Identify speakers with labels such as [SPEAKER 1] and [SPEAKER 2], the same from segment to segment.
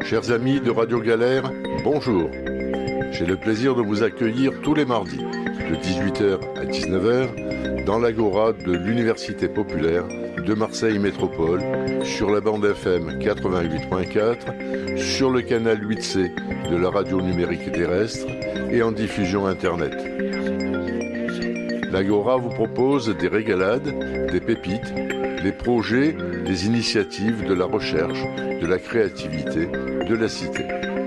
[SPEAKER 1] Chers amis de Radio Galère, bonjour. J'ai le plaisir de vous accueillir tous les mardis, de 18h à 19h, dans l'Agora de l'Université populaire de Marseille Métropole, sur la bande FM 88.4, sur le canal 8C de la radio numérique terrestre et en diffusion Internet. L'Agora vous propose des régalades, des pépites, des projets, des initiatives, de la recherche, de la créativité, de la cité.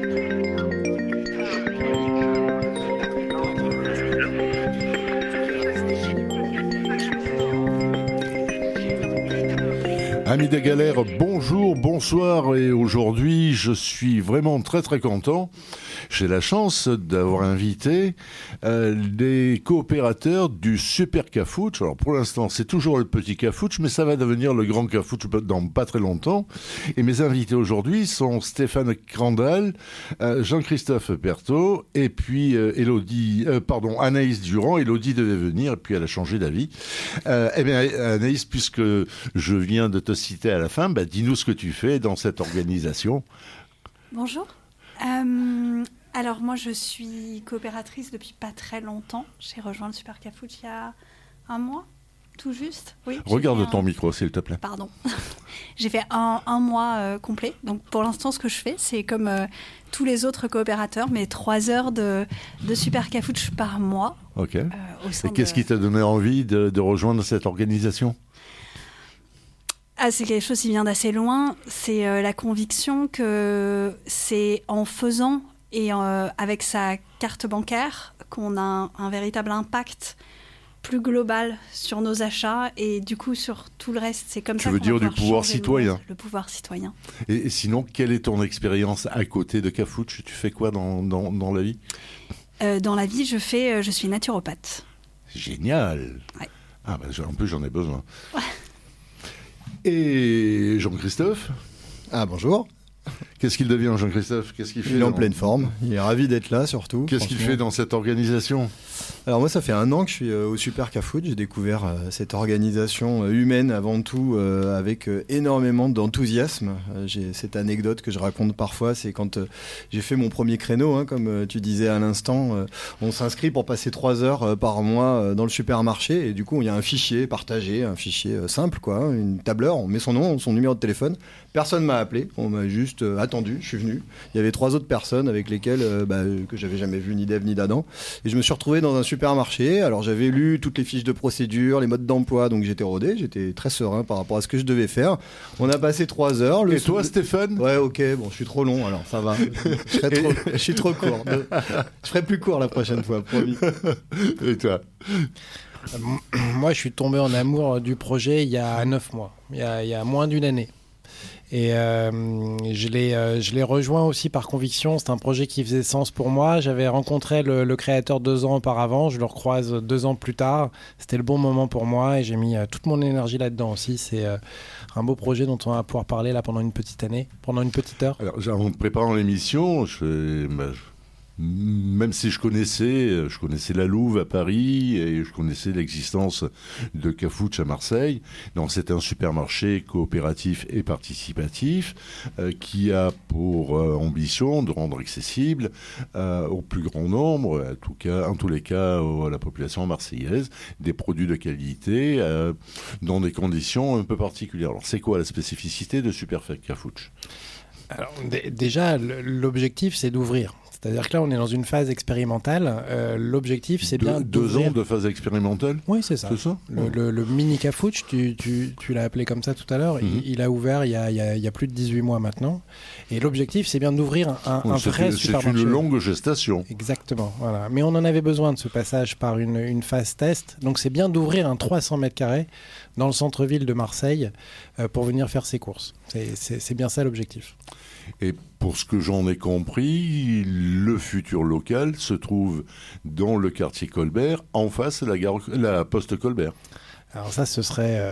[SPEAKER 1] Amis des galères, bonjour, bonsoir, et aujourd'hui je suis vraiment très très content. J'ai la chance d'avoir invité des coopérateurs du Super Cafouche. Alors pour l'instant c'est toujours le petit Cafouche, mais ça va devenir le grand Cafouche dans pas très longtemps. Et mes invités aujourd'hui sont Stéphane Crandal, Jean-Christophe Berthaud, et puis Anaïs Durand. Élodie devait venir, et puis elle a changé d'avis. Eh bien Anaïs, puisque je viens de te citer à la fin, dis-nous ce que tu fais dans cette organisation.
[SPEAKER 2] Bonjour. Alors moi je suis coopératrice depuis pas très longtemps. J'ai rejoint le Super Cafouche il y a un mois, tout juste. Oui,
[SPEAKER 1] regarde ton micro s'il te plaît.
[SPEAKER 2] Pardon. J'ai fait un mois complet. Donc pour l'instant ce que je fais c'est comme tous les autres coopérateurs, mais 3 heures de Super Cafouche par mois.
[SPEAKER 1] Ok. Et qu'est-ce qui t'a donné envie de rejoindre cette organisation ?
[SPEAKER 2] C'est quelque chose qui vient d'assez loin. C'est la conviction que c'est en faisant et avec sa carte bancaire qu'on a un véritable impact plus global sur nos achats et du coup sur tout le reste. C'est comme ça qu'on va pouvoir changer le pouvoir citoyen. Le pouvoir citoyen.
[SPEAKER 1] Et sinon, quelle est ton expérience à côté de Cafouche ? Tu fais quoi dans la vie ?
[SPEAKER 2] Dans la vie, je suis naturopathe.
[SPEAKER 1] Génial.
[SPEAKER 2] Ouais.
[SPEAKER 1] En plus, j'en ai besoin. Ouais. Et Jean-Christophe ?
[SPEAKER 3] Bonjour.
[SPEAKER 1] Qu'est-ce qu'il devient, Jean-Christophe ? Qu'est-ce qu'il fait ?
[SPEAKER 3] Il est en pleine forme. Il est ravi d'être là, surtout.
[SPEAKER 1] Qu'est-ce qu'il fait dans cette organisation ?
[SPEAKER 3] Alors moi, ça fait 1 an que je suis au Super Cafouche. J'ai découvert cette organisation humaine avant tout avec énormément d'enthousiasme. J'ai cette anecdote que je raconte parfois, c'est quand j'ai fait mon premier créneau, comme tu disais à l'instant, on s'inscrit pour passer 3 heures par mois dans le supermarché et du coup, il y a un fichier partagé, un fichier simple, une tableur, on met son nom, son numéro de téléphone. Personne m'a appelé, on m'a juste attendu, je suis venu. Il y avait 3 autres personnes avec lesquelles que j'avais jamais vu ni d'Ève ni d'Adam. Et je me suis retrouvé dans un supermarché. Alors j'avais lu toutes les fiches de procédure, les modes d'emploi, donc j'étais rodé, j'étais très serein par rapport à ce que je devais faire. On a passé 3 heures.
[SPEAKER 1] Et toi, Stéphane ?
[SPEAKER 3] Ouais, ok, bon, je suis trop long, alors ça va. Je suis trop court. Je ferai plus court la prochaine fois, promis.
[SPEAKER 1] Et toi ?
[SPEAKER 4] Moi, je suis tombé en amour du projet il y a 9 mois, il y a moins d'1 année. Et je l'ai rejoint aussi par conviction. C'est un projet qui faisait sens pour moi. J'avais rencontré le créateur 2 ans auparavant. Je le recroise 2 ans plus tard. C'était le bon moment pour moi et j'ai mis toute mon énergie là-dedans aussi. C'est un beau projet dont on va pouvoir parler là pendant une petite année, pendant une petite heure.
[SPEAKER 1] Alors, en préparant l'émission, même si je connaissais la Louve à Paris et je connaissais l'existence de Cafouche à Marseille. Donc c'est un supermarché coopératif et participatif qui a pour ambition de rendre accessible au plus grand nombre, en tous les cas à la population marseillaise, des produits de qualité dans des conditions un peu particulières. Alors c'est quoi la spécificité de Super Cafouche ?
[SPEAKER 4] Alors déjà, l'objectif c'est d'ouvrir. C'est-à-dire que là, on est dans une phase expérimentale. L'objectif, c'est bien d'ouvrir...
[SPEAKER 1] 2 ans de phase expérimentale ?
[SPEAKER 4] Oui, c'est ça.
[SPEAKER 1] C'est ça ?
[SPEAKER 4] Le mini Cafouche, tu l'as appelé comme ça tout à l'heure, il a ouvert il y a plus de 18 mois maintenant. Et l'objectif, c'est bien d'ouvrir un vrai supermarché.
[SPEAKER 1] C'est une longue gestation.
[SPEAKER 4] Exactement, voilà. Mais on en avait besoin de ce passage par une phase test. Donc, c'est bien d'ouvrir un 300 mètres carrés dans le centre-ville de Marseille pour venir faire ses courses. C'est bien ça l'objectif.
[SPEAKER 1] Et pour ce que j'en ai compris, le futur local se trouve dans le quartier Colbert, en face de la poste Colbert.
[SPEAKER 4] Alors ça, ce serait,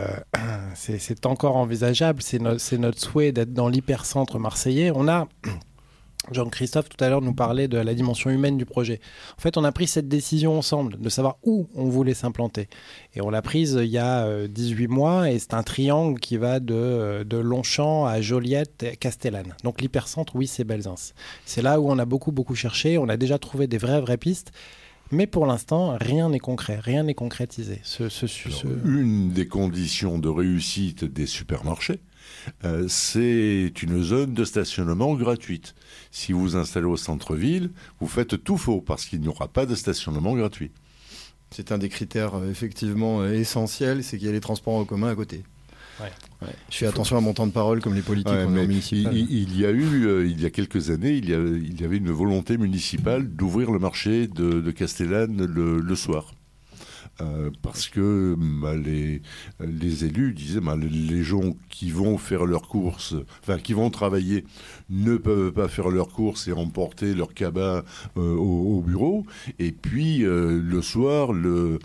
[SPEAKER 4] c'est encore envisageable. C'est notre souhait d'être dans l'hypercentre marseillais. On a Jean-Christophe, tout à l'heure, nous parlait de la dimension humaine du projet. En fait, on a pris cette décision ensemble de savoir où on voulait s'implanter. Et on l'a prise il y a 18 mois et c'est un triangle qui va de Longchamp à Joliette et Castellane. Donc l'hypercentre, oui, c'est Belzins. C'est là où on a beaucoup cherché. On a déjà trouvé des vraies pistes. Mais pour l'instant, rien n'est concret, rien n'est concrétisé.
[SPEAKER 1] Une des conditions de réussite des supermarchés, c'est une zone de stationnement gratuite. Si vous vous installez au centre-ville, vous faites tout faux parce qu'il n'y aura pas de stationnement gratuit.
[SPEAKER 3] C'est un des critères effectivement essentiels, c'est qu'il y a les transports en commun à côté. Ouais. Je fais attention à mon temps de parole comme les politiques municipales.
[SPEAKER 1] Il y a quelques années, il y avait une volonté municipale d'ouvrir le marché de Castellane le soir. Parce que les élus disaient les gens qui vont faire leurs courses, qui vont travailler, ne peuvent pas faire leurs courses et emporter leur cabas au bureau. Et puis le soir, le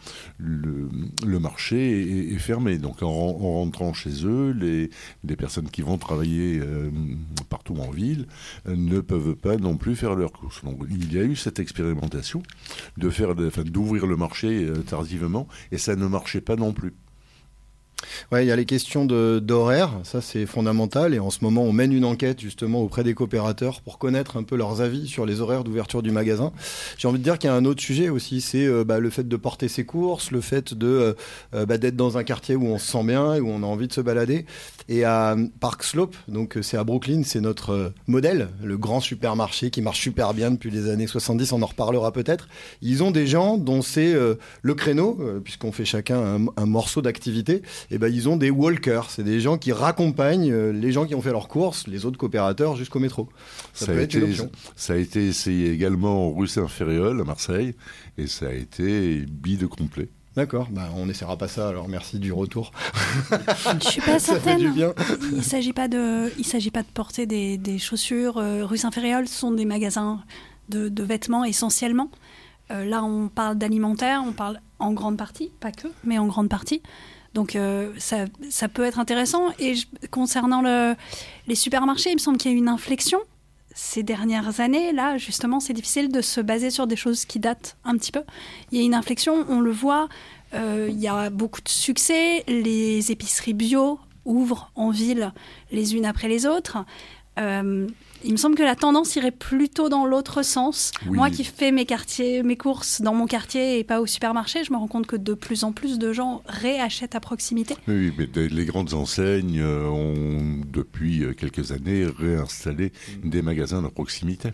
[SPEAKER 1] marché est fermé. Donc en rentrant chez eux, les personnes qui vont travailler partout en ville ne peuvent pas non plus faire leurs courses. Donc il y a eu cette expérimentation d'ouvrir le marché tardivement. Et ça ne marchait pas non plus.
[SPEAKER 3] Ouais, il y a les questions d'horaire, ça c'est fondamental. Et en ce moment, on mène une enquête justement auprès des coopérateurs pour connaître un peu leurs avis sur les horaires d'ouverture du magasin. J'ai envie de dire qu'il y a un autre sujet aussi, c'est le fait de porter ses courses, le fait d'être dans un quartier où on se sent bien et où on a envie de se balader. Et à Park Slope, donc c'est à Brooklyn, c'est notre modèle, le grand supermarché qui marche super bien depuis les années 70, on en reparlera peut-être. Ils ont des gens dont c'est le créneau, puisqu'on fait chacun un morceau d'activité. Et ils ont des walkers, c'est des gens qui raccompagnent les gens qui ont fait leurs courses, les autres coopérateurs jusqu'au métro. Ça peut être une option.
[SPEAKER 1] Ça a été essayé également rue Saint-Féréol à Marseille et ça a été bide complet.
[SPEAKER 3] D'accord, on n'essaiera pas ça, alors merci du retour.
[SPEAKER 2] Je suis pas certaine.
[SPEAKER 3] Du bien.
[SPEAKER 2] Il ne s'agit pas de porter des chaussures. Rue Saint-Féréol, ce sont des magasins de vêtements essentiellement. Là, on parle d'alimentaire, on parle en grande partie, pas que, mais en grande partie. Donc ça peut être intéressant. Et concernant les supermarchés, il me semble qu'il y a eu une inflexion ces dernières années. Là, justement, c'est difficile de se baser sur des choses qui datent un petit peu. Il y a une inflexion, on le voit. Il y a beaucoup de succès. Les épiceries bio ouvrent en ville les unes après les autres. Il me semble que la tendance irait plutôt dans l'autre sens. Oui. Moi qui fais mes courses dans mon quartier et pas au supermarché, je me rends compte que de plus en plus de gens réachètent à proximité.
[SPEAKER 1] Oui, mais les grandes enseignes ont depuis quelques années réinstallé des magasins de proximité.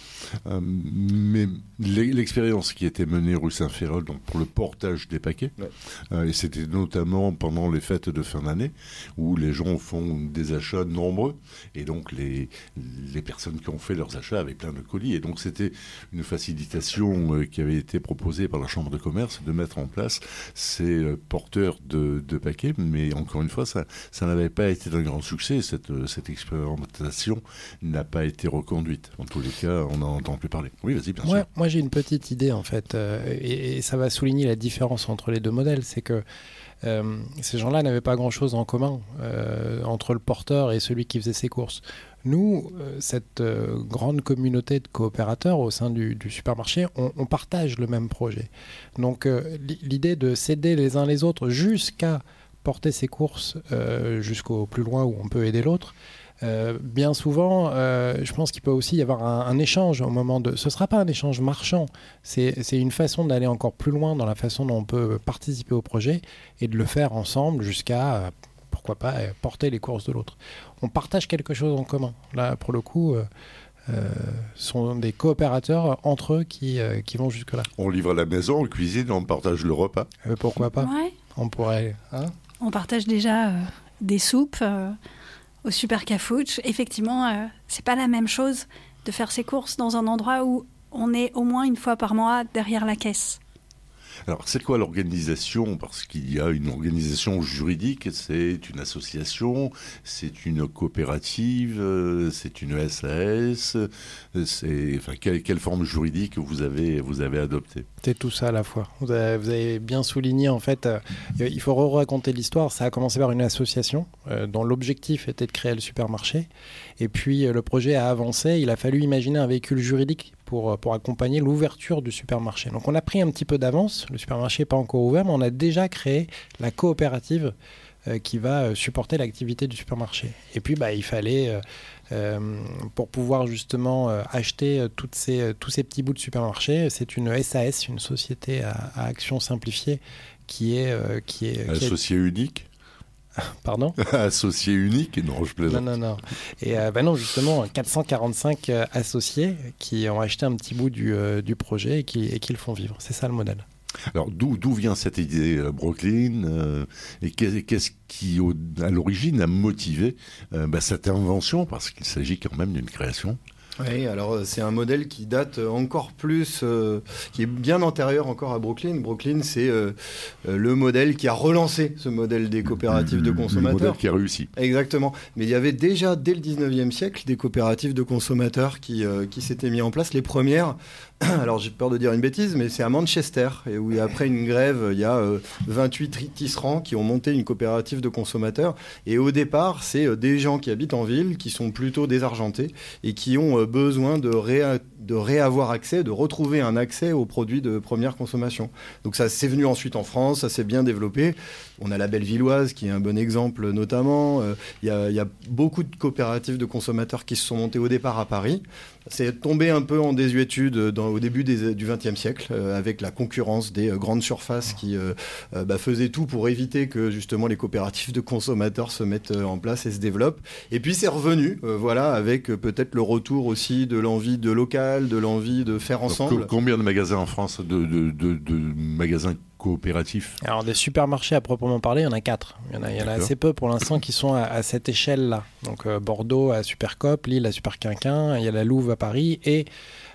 [SPEAKER 1] Mais l'expérience qui était menée rue Saint-Féréol, donc pour le portage des paquets, et c'était notamment pendant les fêtes de fin d'année où les gens font des achats nombreux et donc les personnes qui ont fait leurs achats avaient plein de colis et donc c'était une facilitation qui avait été proposée par la Chambre de commerce de mettre en place ces porteurs de paquets, mais encore une fois ça n'avait pas été d'un grand succès, cette expérimentation n'a pas été reconduite. En tous les cas, on n'en entend plus parler. Oui, vas-y, bien sûr.
[SPEAKER 4] Moi, j'ai une petite idée, en fait, et ça va souligner la différence entre les deux modèles. C'est que ces gens-là n'avaient pas grand-chose en commun entre le porteur et celui qui faisait ses courses. Nous, cette grande communauté de coopérateurs au sein du supermarché, on partage le même projet. Donc, l'idée de s'aider les uns les autres jusqu'à porter ses courses jusqu'au plus loin où on peut aider l'autre, bien souvent, je pense qu'il peut aussi y avoir un échange au moment de... Ce ne sera pas un échange marchand, c'est une façon d'aller encore plus loin dans la façon dont on peut participer au projet et de le faire ensemble jusqu'à, pourquoi pas, porter les courses de l'autre. On partage quelque chose en commun. Là, pour le coup, sont des coopérateurs entre eux qui vont jusque-là.
[SPEAKER 1] On livre à la maison, on cuisine, on partage le repas.
[SPEAKER 4] Pourquoi pas ?
[SPEAKER 2] Ouais.
[SPEAKER 4] On pourrait...
[SPEAKER 2] on partage déjà des soupes... au Super Cafouche, effectivement, c'est pas la même chose de faire ses courses dans un endroit où on est au moins une fois par mois derrière la caisse.
[SPEAKER 1] Alors, c'est quoi l'organisation? Parce qu'il y a une organisation juridique, c'est une association, c'est une coopérative, c'est une SAS, quelle forme juridique vous avez adoptée?
[SPEAKER 4] C'est tout ça à la fois. Vous avez bien souligné, en fait, il faut raconter l'histoire. Ça a commencé par une association dont l'objectif était de créer le supermarché. Et puis, le projet a avancé. Il a fallu imaginer un véhicule juridique pour accompagner l'ouverture du supermarché. Donc, on a pris un petit peu d'avance. Le supermarché n'est pas encore ouvert, mais on a déjà créé la coopérative qui va supporter l'activité du supermarché. Et puis, il fallait, pour pouvoir justement acheter tous ces petits bouts de supermarché, c'est une SAS, une société à action simplifiée qui est
[SPEAKER 1] associé unique.
[SPEAKER 4] Pardon?
[SPEAKER 1] Associé unique? Non, je plaisante.
[SPEAKER 4] Non. Et non, justement, 445 associés qui ont acheté un petit bout du projet et qui le font vivre. C'est ça le modèle.
[SPEAKER 1] Alors, d'où vient cette idée, Brooklyn, et qu'est-ce qui, à l'origine, a motivé cette invention? Parce qu'il s'agit quand même d'une création.
[SPEAKER 3] Oui, alors c'est un modèle qui date encore plus, qui est bien antérieur encore à Brooklyn. Brooklyn, c'est le modèle qui a relancé ce modèle des coopératives de consommateurs.
[SPEAKER 1] Le modèle qui a réussi.
[SPEAKER 3] Exactement. Mais il y avait déjà, dès le 19e siècle, des coopératives de consommateurs qui s'étaient mis en place. Les premières, alors j'ai peur de dire une bêtise, mais c'est à Manchester, et où après une grève, il y a 28 tisserands qui ont monté une coopérative de consommateurs. Et au départ, c'est des gens qui habitent en ville, qui sont plutôt désargentés, et qui ont besoin de réavoir accès, de retrouver un accès aux produits de première consommation. Donc ça c'est venu ensuite en France, ça s'est bien développé. On a la Bellevilloise qui est un bon exemple notamment. Il y a beaucoup de coopératives de consommateurs qui se sont montées au départ à Paris. C'est tombé un peu en désuétude au début du XXe siècle avec la concurrence des grandes surfaces qui faisaient tout pour éviter que justement les coopératives de consommateurs se mettent en place et se développent. Et puis c'est revenu, avec peut-être le retour aussi de l'envie de local, de l'envie de faire ensemble.
[SPEAKER 1] Alors, combien de magasins en France, de magasins coopératifs?
[SPEAKER 4] Alors des supermarchés à proprement parler, il y en a 4. Il y en a assez peu pour l'instant qui sont à cette échelle-là. Donc Bordeaux à Supercoop, Lille à Superquinquin, il y a la Louve à Paris et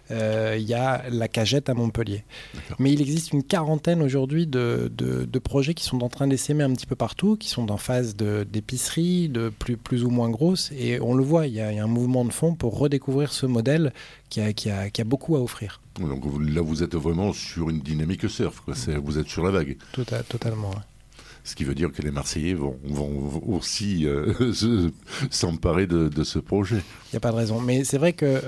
[SPEAKER 4] il y a la Cagette à Montpellier. D'accord. Mais il existe une quarantaine aujourd'hui de projets qui sont en train d'essaimer un petit peu partout, qui sont en phase d'épicerie, de plus ou moins grosses. Et on le voit, il y a un mouvement de fond pour redécouvrir ce modèle qui a beaucoup à offrir.
[SPEAKER 1] Donc là, vous êtes vraiment sur une dynamique surf, quoi. Vous êtes sur la vague.
[SPEAKER 4] Totalement, ouais.
[SPEAKER 1] Ce qui veut dire que les Marseillais vont aussi s'emparer de ce projet.
[SPEAKER 4] Il n'y a pas de raison. Mais c'est vrai que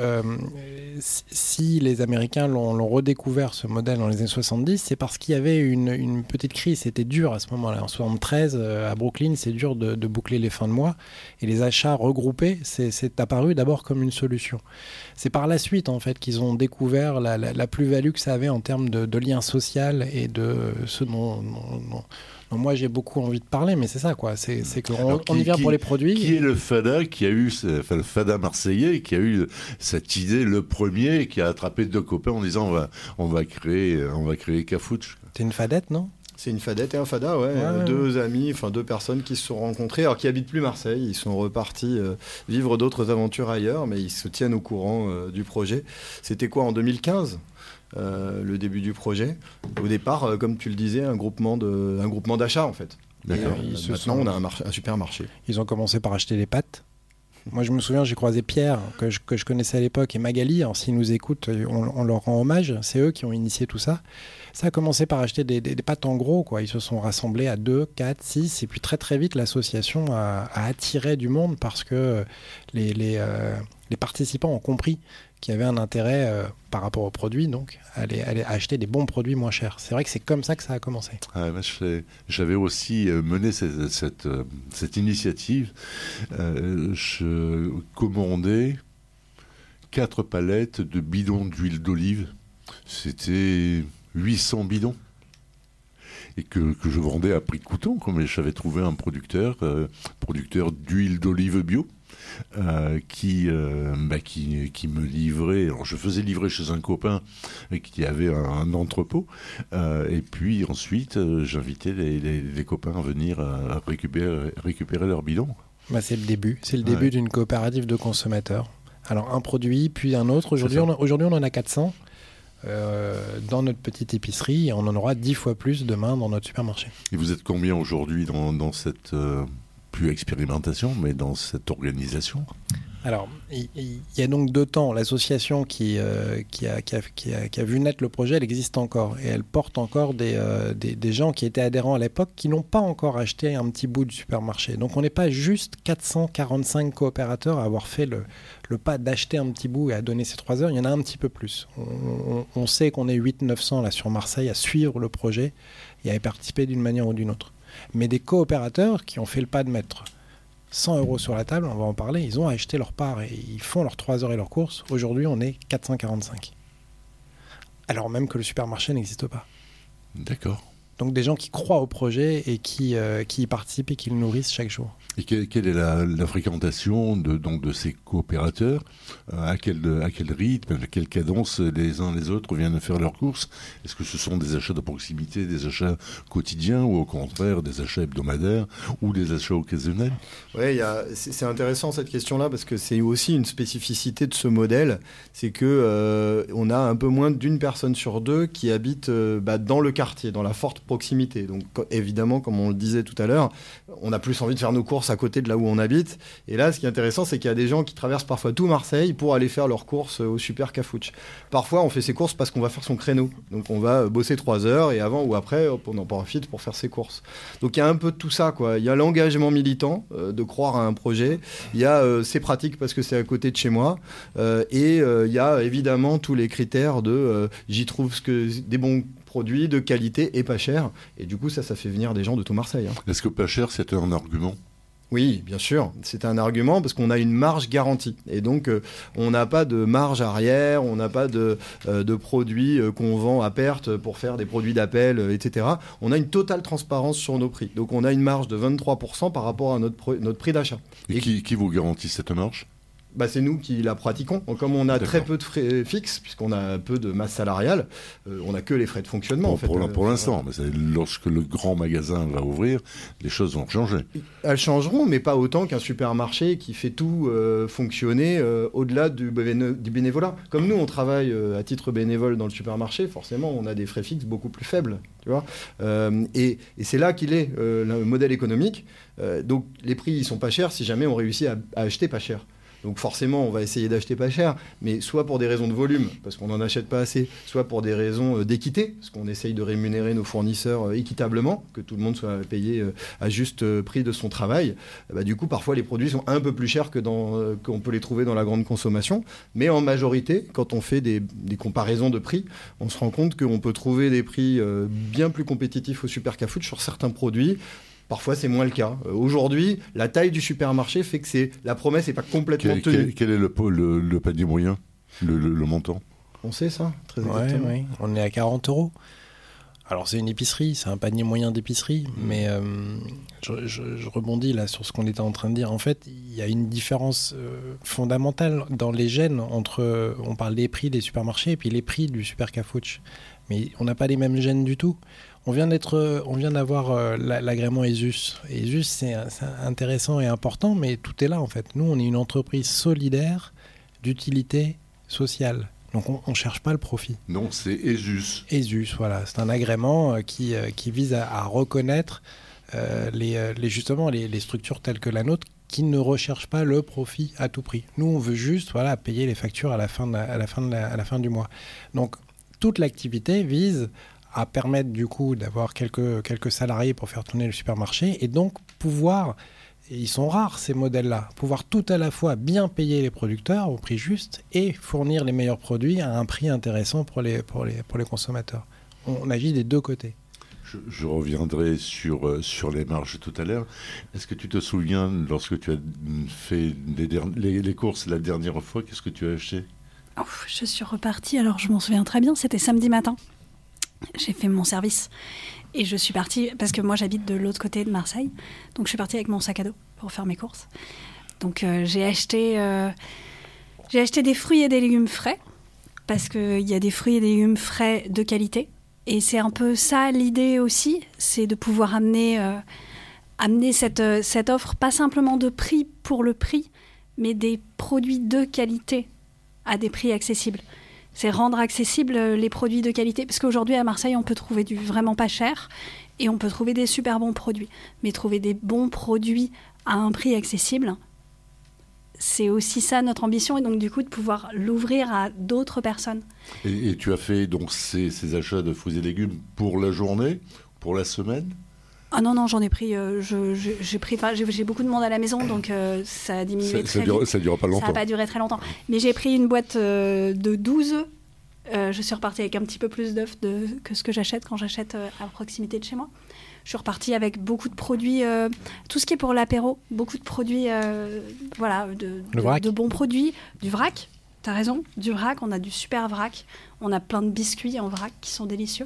[SPEAKER 4] si les Américains l'ont redécouvert, ce modèle, dans les années 70, c'est parce qu'il y avait une petite crise. C'était dur à ce moment-là. En 73, à Brooklyn, c'est dur de boucler les fins de mois. Et les achats regroupés, c'est apparu d'abord comme une solution. C'est par la suite, en fait, qu'ils ont découvert la plus-value que ça avait en termes de lien social et de ce dont moi j'ai beaucoup envie de parler, mais c'est ça, quoi. C'est qu'on y vient pour les produits.
[SPEAKER 1] Qui est le FADA le FADA marseillais qui a eu cette idée, le premier, qui a attrapé deux copains en disant on va créer Cafouche.
[SPEAKER 4] C'est une fadette, non?
[SPEAKER 3] C'est une fadette et un fada, ouais. Deux amis, deux personnes qui se sont rencontrées, alors qui habitent plus Marseille, ils sont repartis vivre d'autres aventures ailleurs, mais ils se tiennent au courant du projet. C'était quoi, en 2015 le début du projet? Au départ, comme tu le disais, un groupement d'achat, en fait.
[SPEAKER 1] D'accord.
[SPEAKER 3] Maintenant, on a un supermarché.
[SPEAKER 4] Ils ont commencé par acheter des pâtes. Moi, je me souviens, j'ai croisé Pierre, que je connaissais à l'époque, et Magali. Alors, s'ils nous écoutent, on leur rend hommage. C'est eux qui ont initié tout ça. Ça a commencé par acheter des pâtes en gros, quoi. Ils se sont rassemblés à 2, 4, 6. Et puis, très, très vite, l'association a attiré du monde parce que les participants ont compris qu'il y avait un intérêt par rapport aux produits, donc aller acheter des bons produits moins chers. C'est vrai que c'est comme ça que ça a commencé.
[SPEAKER 1] J'avais aussi mené cette initiative. Je commandais 4 palettes de bidons d'huile d'olive. C'était 800 bidons. Et que je vendais à prix de coûtant, comme j'avais trouvé un producteur d'huile d'olive bio. Qui me livrait. Alors je faisais livrer chez un copain qui avait un entrepôt, et puis ensuite j'invitais les copains à venir récupérer leurs bidons.
[SPEAKER 4] C'est le début. C'est le début d'une coopérative de consommateurs. Alors un produit, puis un autre. Aujourd'hui, on en a 400. dans notre petite épicerie et on en aura 10 fois plus demain dans notre supermarché.
[SPEAKER 1] Et vous êtes combien aujourd'hui dans cette, plus expérimentation, mais dans cette organisation ?
[SPEAKER 4] Alors, il y a donc 2 temps. L'association qui a vu naître le projet, elle existe encore. Et elle porte encore des gens qui étaient adhérents à l'époque qui n'ont pas encore acheté un petit bout du supermarché. Donc, on n'est pas juste 445 coopérateurs à avoir fait le pas d'acheter un petit bout et à donner ces 3 heures. Il y en a un petit peu plus. On sait qu'on est 800-900 là sur Marseille à suivre le projet et à y participer d'une manière ou d'une autre. Mais des coopérateurs qui ont fait le pas de mettre 100 € sur la table, on va en parler, ils ont acheté leur part et ils font leurs 3 heures et leurs courses. Aujourd'hui, on est 445. Alors même que le supermarché n'existe pas.
[SPEAKER 1] D'accord.
[SPEAKER 4] Donc des gens qui croient au projet et qui y participent et qui le nourrissent chaque jour.
[SPEAKER 1] Et quelle est la fréquentation de ces coopérateurs ? À quel rythme, à quelle cadence les uns les autres viennent faire leurs courses ? Est-ce que ce sont des achats de proximité, des achats quotidiens ou au contraire des achats hebdomadaires ou des achats occasionnels ?
[SPEAKER 3] Oui, c'est intéressant cette question-là parce que c'est aussi une spécificité de ce modèle. C'est que on a un peu moins d'une personne sur 2 qui habite dans le quartier, dans la forte proximité. Donc évidemment, comme on le disait tout à l'heure, on a plus envie de faire nos courses à côté de là où on habite. Et là, ce qui est intéressant, c'est qu'il y a des gens qui traversent parfois tout Marseille pour aller faire leurs courses au Super Cafouche. Parfois, on fait ses courses parce qu'on va faire son créneau. Donc on va bosser 3 heures et avant ou après, on en profite pour faire ses courses. Donc il y a un peu de tout ça, quoi. Il y a l'engagement militant de croire à un projet. Il y a c'est pratique parce que c'est à côté de chez moi. Et il y a évidemment tous les critères de j'y trouve des bons produits de qualité et pas cher. Et du coup, ça fait venir des gens de tout Marseille.
[SPEAKER 1] Est-ce que pas cher, c'est un argument ?
[SPEAKER 3] Oui, bien sûr. C'est un argument parce qu'on a une marge garantie. Et donc, on n'a pas de marge arrière, on n'a pas de produits qu'on vend à perte pour faire des produits d'appel, etc. On a une totale transparence sur nos prix. Donc, on a une marge de 23% par rapport à notre prix d'achat.
[SPEAKER 1] Et qui vous garantit cette marge ?
[SPEAKER 3] C'est nous qui la pratiquons. Comme on a très peu de frais fixes, puisqu'on a peu de masse salariale, on n'a que les frais de fonctionnement.
[SPEAKER 1] Pour l'instant, mais lorsque le grand magasin va ouvrir, les choses vont changer.
[SPEAKER 3] Elles changeront, mais pas autant qu'un supermarché qui fait tout fonctionner au-delà du bénévolat. Comme nous, on travaille à titre bénévole dans le supermarché, forcément, on a des frais fixes beaucoup plus faibles. Tu vois et c'est là qu'il est le modèle économique. Donc les prix, ils sont pas chers si jamais on réussit à acheter pas cher. Donc forcément, on va essayer d'acheter pas cher, mais soit pour des raisons de volume, parce qu'on n'en achète pas assez, soit pour des raisons d'équité, parce qu'on essaye de rémunérer nos fournisseurs équitablement, que tout le monde soit payé à juste prix de son travail. Du coup, parfois, les produits sont un peu plus chers qu'on peut les trouver dans la grande consommation, mais en majorité, quand on fait des comparaisons de prix, on se rend compte qu'on peut trouver des prix bien plus compétitifs au Super Cafouche sur certains produits. Parfois, c'est moins le cas. Aujourd'hui, la taille du supermarché fait que la promesse n'est pas complètement tenue.
[SPEAKER 1] Quel est le panier moyen, le montant ?
[SPEAKER 3] On sait ça, très exactement.
[SPEAKER 4] Oui. On est à 40 €. Alors, c'est une épicerie, c'est un panier moyen d'épicerie, mais je rebondis là sur ce qu'on était en train de dire. En fait, il y a une différence fondamentale dans les gènes entre, on parle des prix des supermarchés et puis les prix du Super Cafouche. Mais on n'a pas les mêmes gènes du tout. On vient d'avoir l'agrément ESUS. ESUS, c'est intéressant et important, mais tout est là en fait. Nous, on est une entreprise solidaire d'utilité sociale. Donc, on ne cherche pas le profit.
[SPEAKER 1] Non, c'est ESUS.
[SPEAKER 4] ESUS, voilà. C'est un agrément qui vise à reconnaître justement les structures telles que la nôtre qui ne recherchent pas le profit à tout prix. Nous, on veut juste payer les factures à la fin du mois. Donc, toute l'activité vise à permettre du coup d'avoir quelques salariés pour faire tourner le supermarché et donc pouvoir, et ils sont rares ces modèles-là, pouvoir tout à la fois bien payer les producteurs au prix juste et fournir les meilleurs produits à un prix intéressant pour les consommateurs. On agit des 2 côtés.
[SPEAKER 1] Je reviendrai sur les marges tout à l'heure. Est-ce que tu te souviens, lorsque tu as fait les courses la dernière fois, qu'est-ce que tu as acheté ?
[SPEAKER 2] Je suis repartie, alors je m'en souviens très bien, c'était samedi matin. J'ai fait mon service et je suis partie, parce que moi j'habite de l'autre côté de Marseille, donc je suis partie avec mon sac à dos pour faire mes courses. Donc j'ai acheté des fruits et des légumes frais, parce qu'il y a des fruits et des légumes frais de qualité. Et c'est un peu ça l'idée aussi, c'est de pouvoir amener cette offre, pas simplement de prix pour le prix, mais des produits de qualité à des prix accessibles. C'est rendre accessibles les produits de qualité. Parce qu'aujourd'hui, à Marseille, on peut trouver du vraiment pas cher et on peut trouver des super bons produits. Mais trouver des bons produits à un prix accessible, c'est aussi ça notre ambition. Et donc, du coup, de pouvoir l'ouvrir à d'autres personnes.
[SPEAKER 1] Et tu as fait donc ces achats de fruits et légumes pour la journée, pour la semaine ?
[SPEAKER 2] Ah non, j'en ai pris. J'ai beaucoup de monde à la maison, donc ça a diminué très vite.
[SPEAKER 1] Ça ne dure pas longtemps.
[SPEAKER 2] Ça n'a pas duré très longtemps. Mais j'ai pris une boîte de 12 œufs. Je suis repartie avec un petit peu plus d'œufs que ce que j'achète quand j'achète à proximité de chez moi. Je suis repartie avec beaucoup de produits, tout ce qui est pour l'apéro, beaucoup de produits, de bons produits, du vrac. T'as raison, du vrac. On a du super vrac. On a plein de biscuits en vrac qui sont délicieux.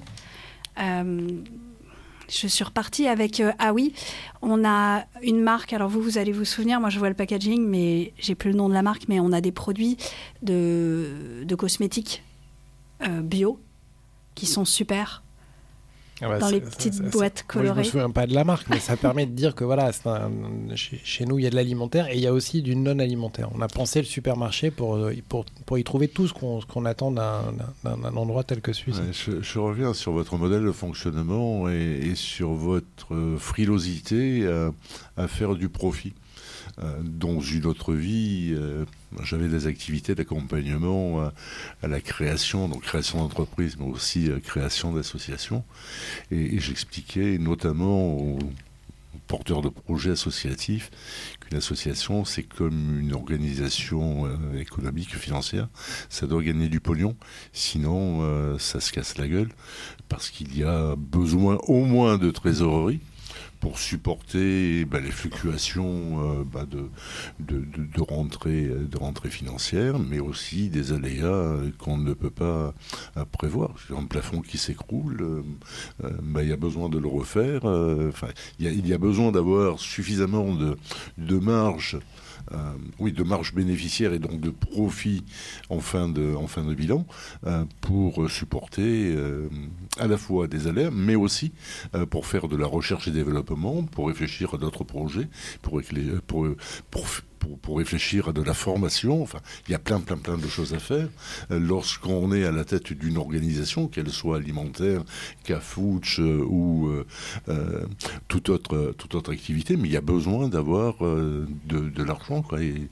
[SPEAKER 2] Je suis repartie avec... on a une marque, alors vous allez vous souvenir, moi je vois le packaging, mais j'ai plus le nom de la marque, mais on a des produits de cosmétiques bio qui sont super. Dans les petites boîtes colorées.
[SPEAKER 4] Moi, je me souviens pas de la marque, mais ça permet de dire que voilà, chez nous, il y a de l'alimentaire et il y a aussi du non-alimentaire. On a pensé le supermarché pour y trouver tout ce qu'on attend d'un endroit tel que celui-ci.
[SPEAKER 1] Ouais, je reviens sur votre modèle de fonctionnement et sur votre frilosité à faire du profit. Dans une autre vie, j'avais des activités d'accompagnement à la création, donc création d'entreprise, mais aussi création d'associations. Et j'expliquais notamment aux porteurs de projets associatifs qu'une association, c'est comme une organisation économique, financière. Ça doit gagner du pognon, sinon ça se casse la gueule, parce qu'il y a besoin au moins de trésorerie pour supporter les fluctuations de rentrée financière, mais aussi des aléas qu'on ne peut pas prévoir. Un plafond qui s'écroule, il y a besoin de le refaire. Il y a besoin d'avoir suffisamment de marge. De marge bénéficiaire et donc de profit en fin de bilan pour supporter à la fois des aléas, mais aussi pour faire de la recherche et développement, pour réfléchir à d'autres projets, pour réfléchir à de la formation. Enfin, il y a plein de choses à faire. Lorsqu'on est à la tête d'une organisation, qu'elle soit alimentaire, Cafouche ou toute autre activité, mais il y a besoin d'avoir de l'argent, quoi. Et,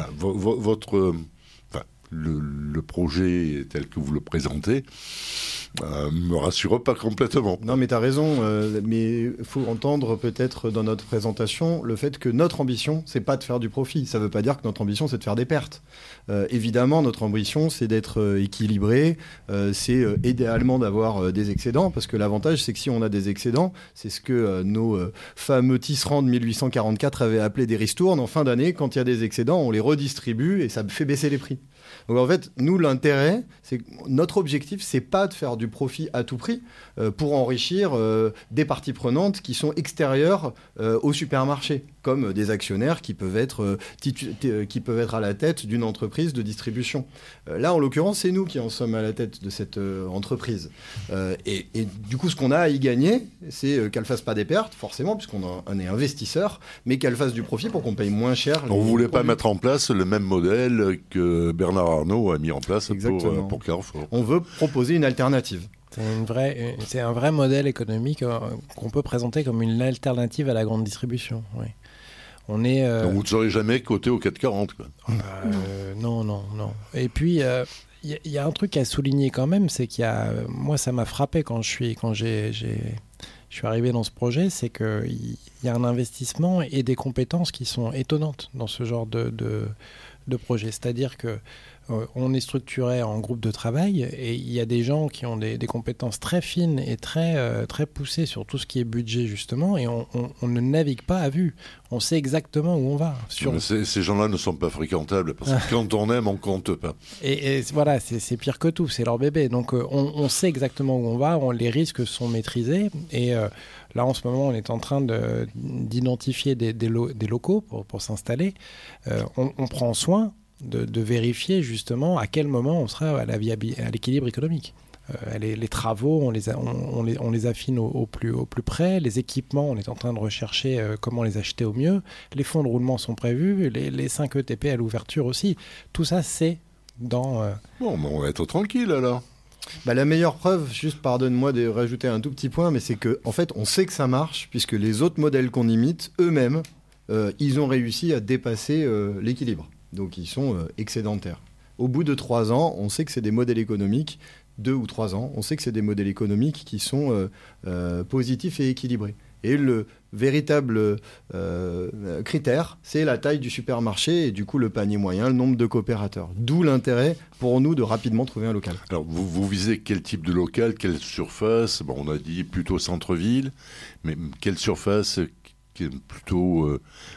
[SPEAKER 1] le projet tel que vous le présentez me rassure pas complètement.
[SPEAKER 3] Non, mais tu as raison, mais il faut entendre peut-être dans notre présentation le fait que notre ambition, c'est pas de faire du profit. Ça veut pas dire que notre ambition, c'est de faire des pertes. Évidemment, notre ambition, c'est d'être équilibré, c'est idéalement d'avoir des excédents, parce que l'avantage, c'est que si on a des excédents, c'est ce que nos fameux tisserands de 1844 avaient appelé des ristournes. En fin d'année, quand il y a des excédents, on les redistribue et ça fait baisser les prix. Donc en fait, nous, l'intérêt, c'est que notre objectif, c'est pas de faire du profit à tout prix pour enrichir des parties prenantes qui sont extérieures au supermarché, comme des actionnaires qui peuvent être à la tête d'une entreprise de distribution. Là, en l'occurrence, c'est nous qui en sommes à la tête de cette entreprise. Et du coup, ce qu'on a à y gagner, c'est qu'elle fasse pas des pertes, forcément, puisqu'on est investisseur, mais qu'elle fasse du profit pour qu'on paye moins cher.
[SPEAKER 1] On ne voulait pas mettre en place le même modèle que Bernard Arnault a mis en place pour Carrefour.
[SPEAKER 3] On veut proposer une alternative.
[SPEAKER 4] C'est un vrai modèle économique qu'on peut présenter comme une alternative à la grande distribution. Oui.
[SPEAKER 1] Donc vous ne serez jamais coté au 440, quoi.
[SPEAKER 4] Non. Et puis, il y a un truc à souligner quand même, c'est moi, ça m'a frappé quand je suis arrivé dans ce projet, c'est qu'il y a un investissement et des compétences qui sont étonnantes dans ce genre de projet. C'est-à-dire que on est structuré en groupe de travail et il y a des gens qui ont des compétences très fines et très poussées sur tout ce qui est budget, justement, et on ne navigue pas à vue. On sait exactement où on va.
[SPEAKER 1] Ces gens-là ne sont pas fréquentables parce que quand on aime, on compte pas.
[SPEAKER 4] Et voilà, c'est pire que tout, c'est leur bébé. Donc on sait exactement où on va, les risques sont maîtrisés et là, en ce moment, on est en train d'identifier des locaux pour s'installer. On prend soin de vérifier justement à quel moment on sera à l'équilibre économique. Les travaux, on les affine au plus près. Les équipements, on est en train de rechercher comment les acheter au mieux. Les fonds de roulement sont prévus. Les 5 ETP à l'ouverture aussi. Tout ça, c'est dans...
[SPEAKER 1] Bon, on va être tranquille alors.
[SPEAKER 3] La meilleure preuve, juste pardonne-moi de rajouter un tout petit point, mais c'est qu'en fait, on sait que ça marche, puisque les autres modèles qu'on imite, eux-mêmes, ils ont réussi à dépasser l'équilibre. Donc ils sont excédentaires. Au bout de 3 ans, on sait que c'est des modèles économiques, 2 ou 3 ans, on sait que c'est des modèles économiques qui sont positifs et équilibrés. Et le véritable critère, c'est la taille du supermarché et du coup le panier moyen, le nombre de coopérateurs. D'où l'intérêt pour nous de rapidement trouver un local.
[SPEAKER 1] Alors vous visez quel type de local, quelle surface? Bon, on a dit plutôt centre-ville, mais quelle surface qui est plutôt...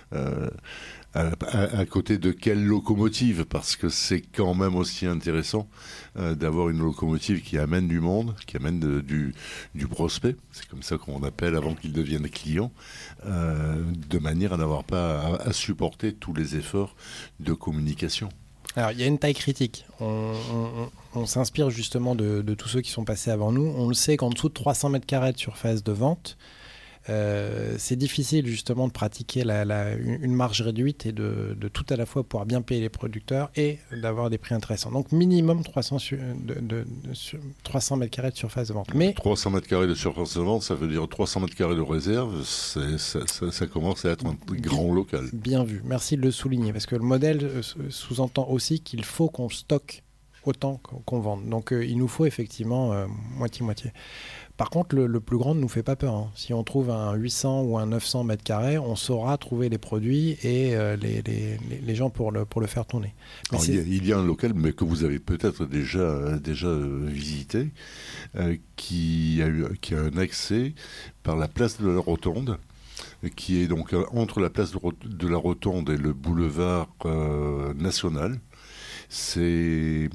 [SPEAKER 1] à côté de quelle locomotive? Parce que c'est quand même aussi intéressant d'avoir une locomotive qui amène du monde, qui amène du prospect, c'est comme ça qu'on appelle avant qu'il devienne client, de manière à n'avoir pas à supporter tous les efforts de communication.
[SPEAKER 4] Alors, il y a une taille critique. On s'inspire justement de tous ceux qui sont passés avant nous. On le sait qu'en dessous de 300 mètres carrés de surface de vente, c'est difficile justement de pratiquer une marge réduite et de tout à la fois pouvoir bien payer les producteurs et d'avoir des prix intéressants. Donc minimum 300 mètres carrés de surface de vente. Mais
[SPEAKER 1] 300 mètres carrés de surface de vente, ça veut dire 300 mètres carrés de réserve, ça commence à être un grand local.
[SPEAKER 4] Bien vu, merci de le souligner, parce que le modèle sous-entend aussi qu'il faut qu'on stocke autant qu'on vende. Donc il nous faut effectivement moitié-moitié. Par contre, le plus grand ne nous fait pas peur. Hein. Si on trouve un 800 ou un 900 mètres carrés, on saura trouver les produits et les gens pour le faire tourner.
[SPEAKER 1] Alors, il y a un local, mais que vous avez peut-être déjà visité, qui a un accès par la place de la Rotonde, qui est donc entre la place de la Rotonde et le boulevard national. C'est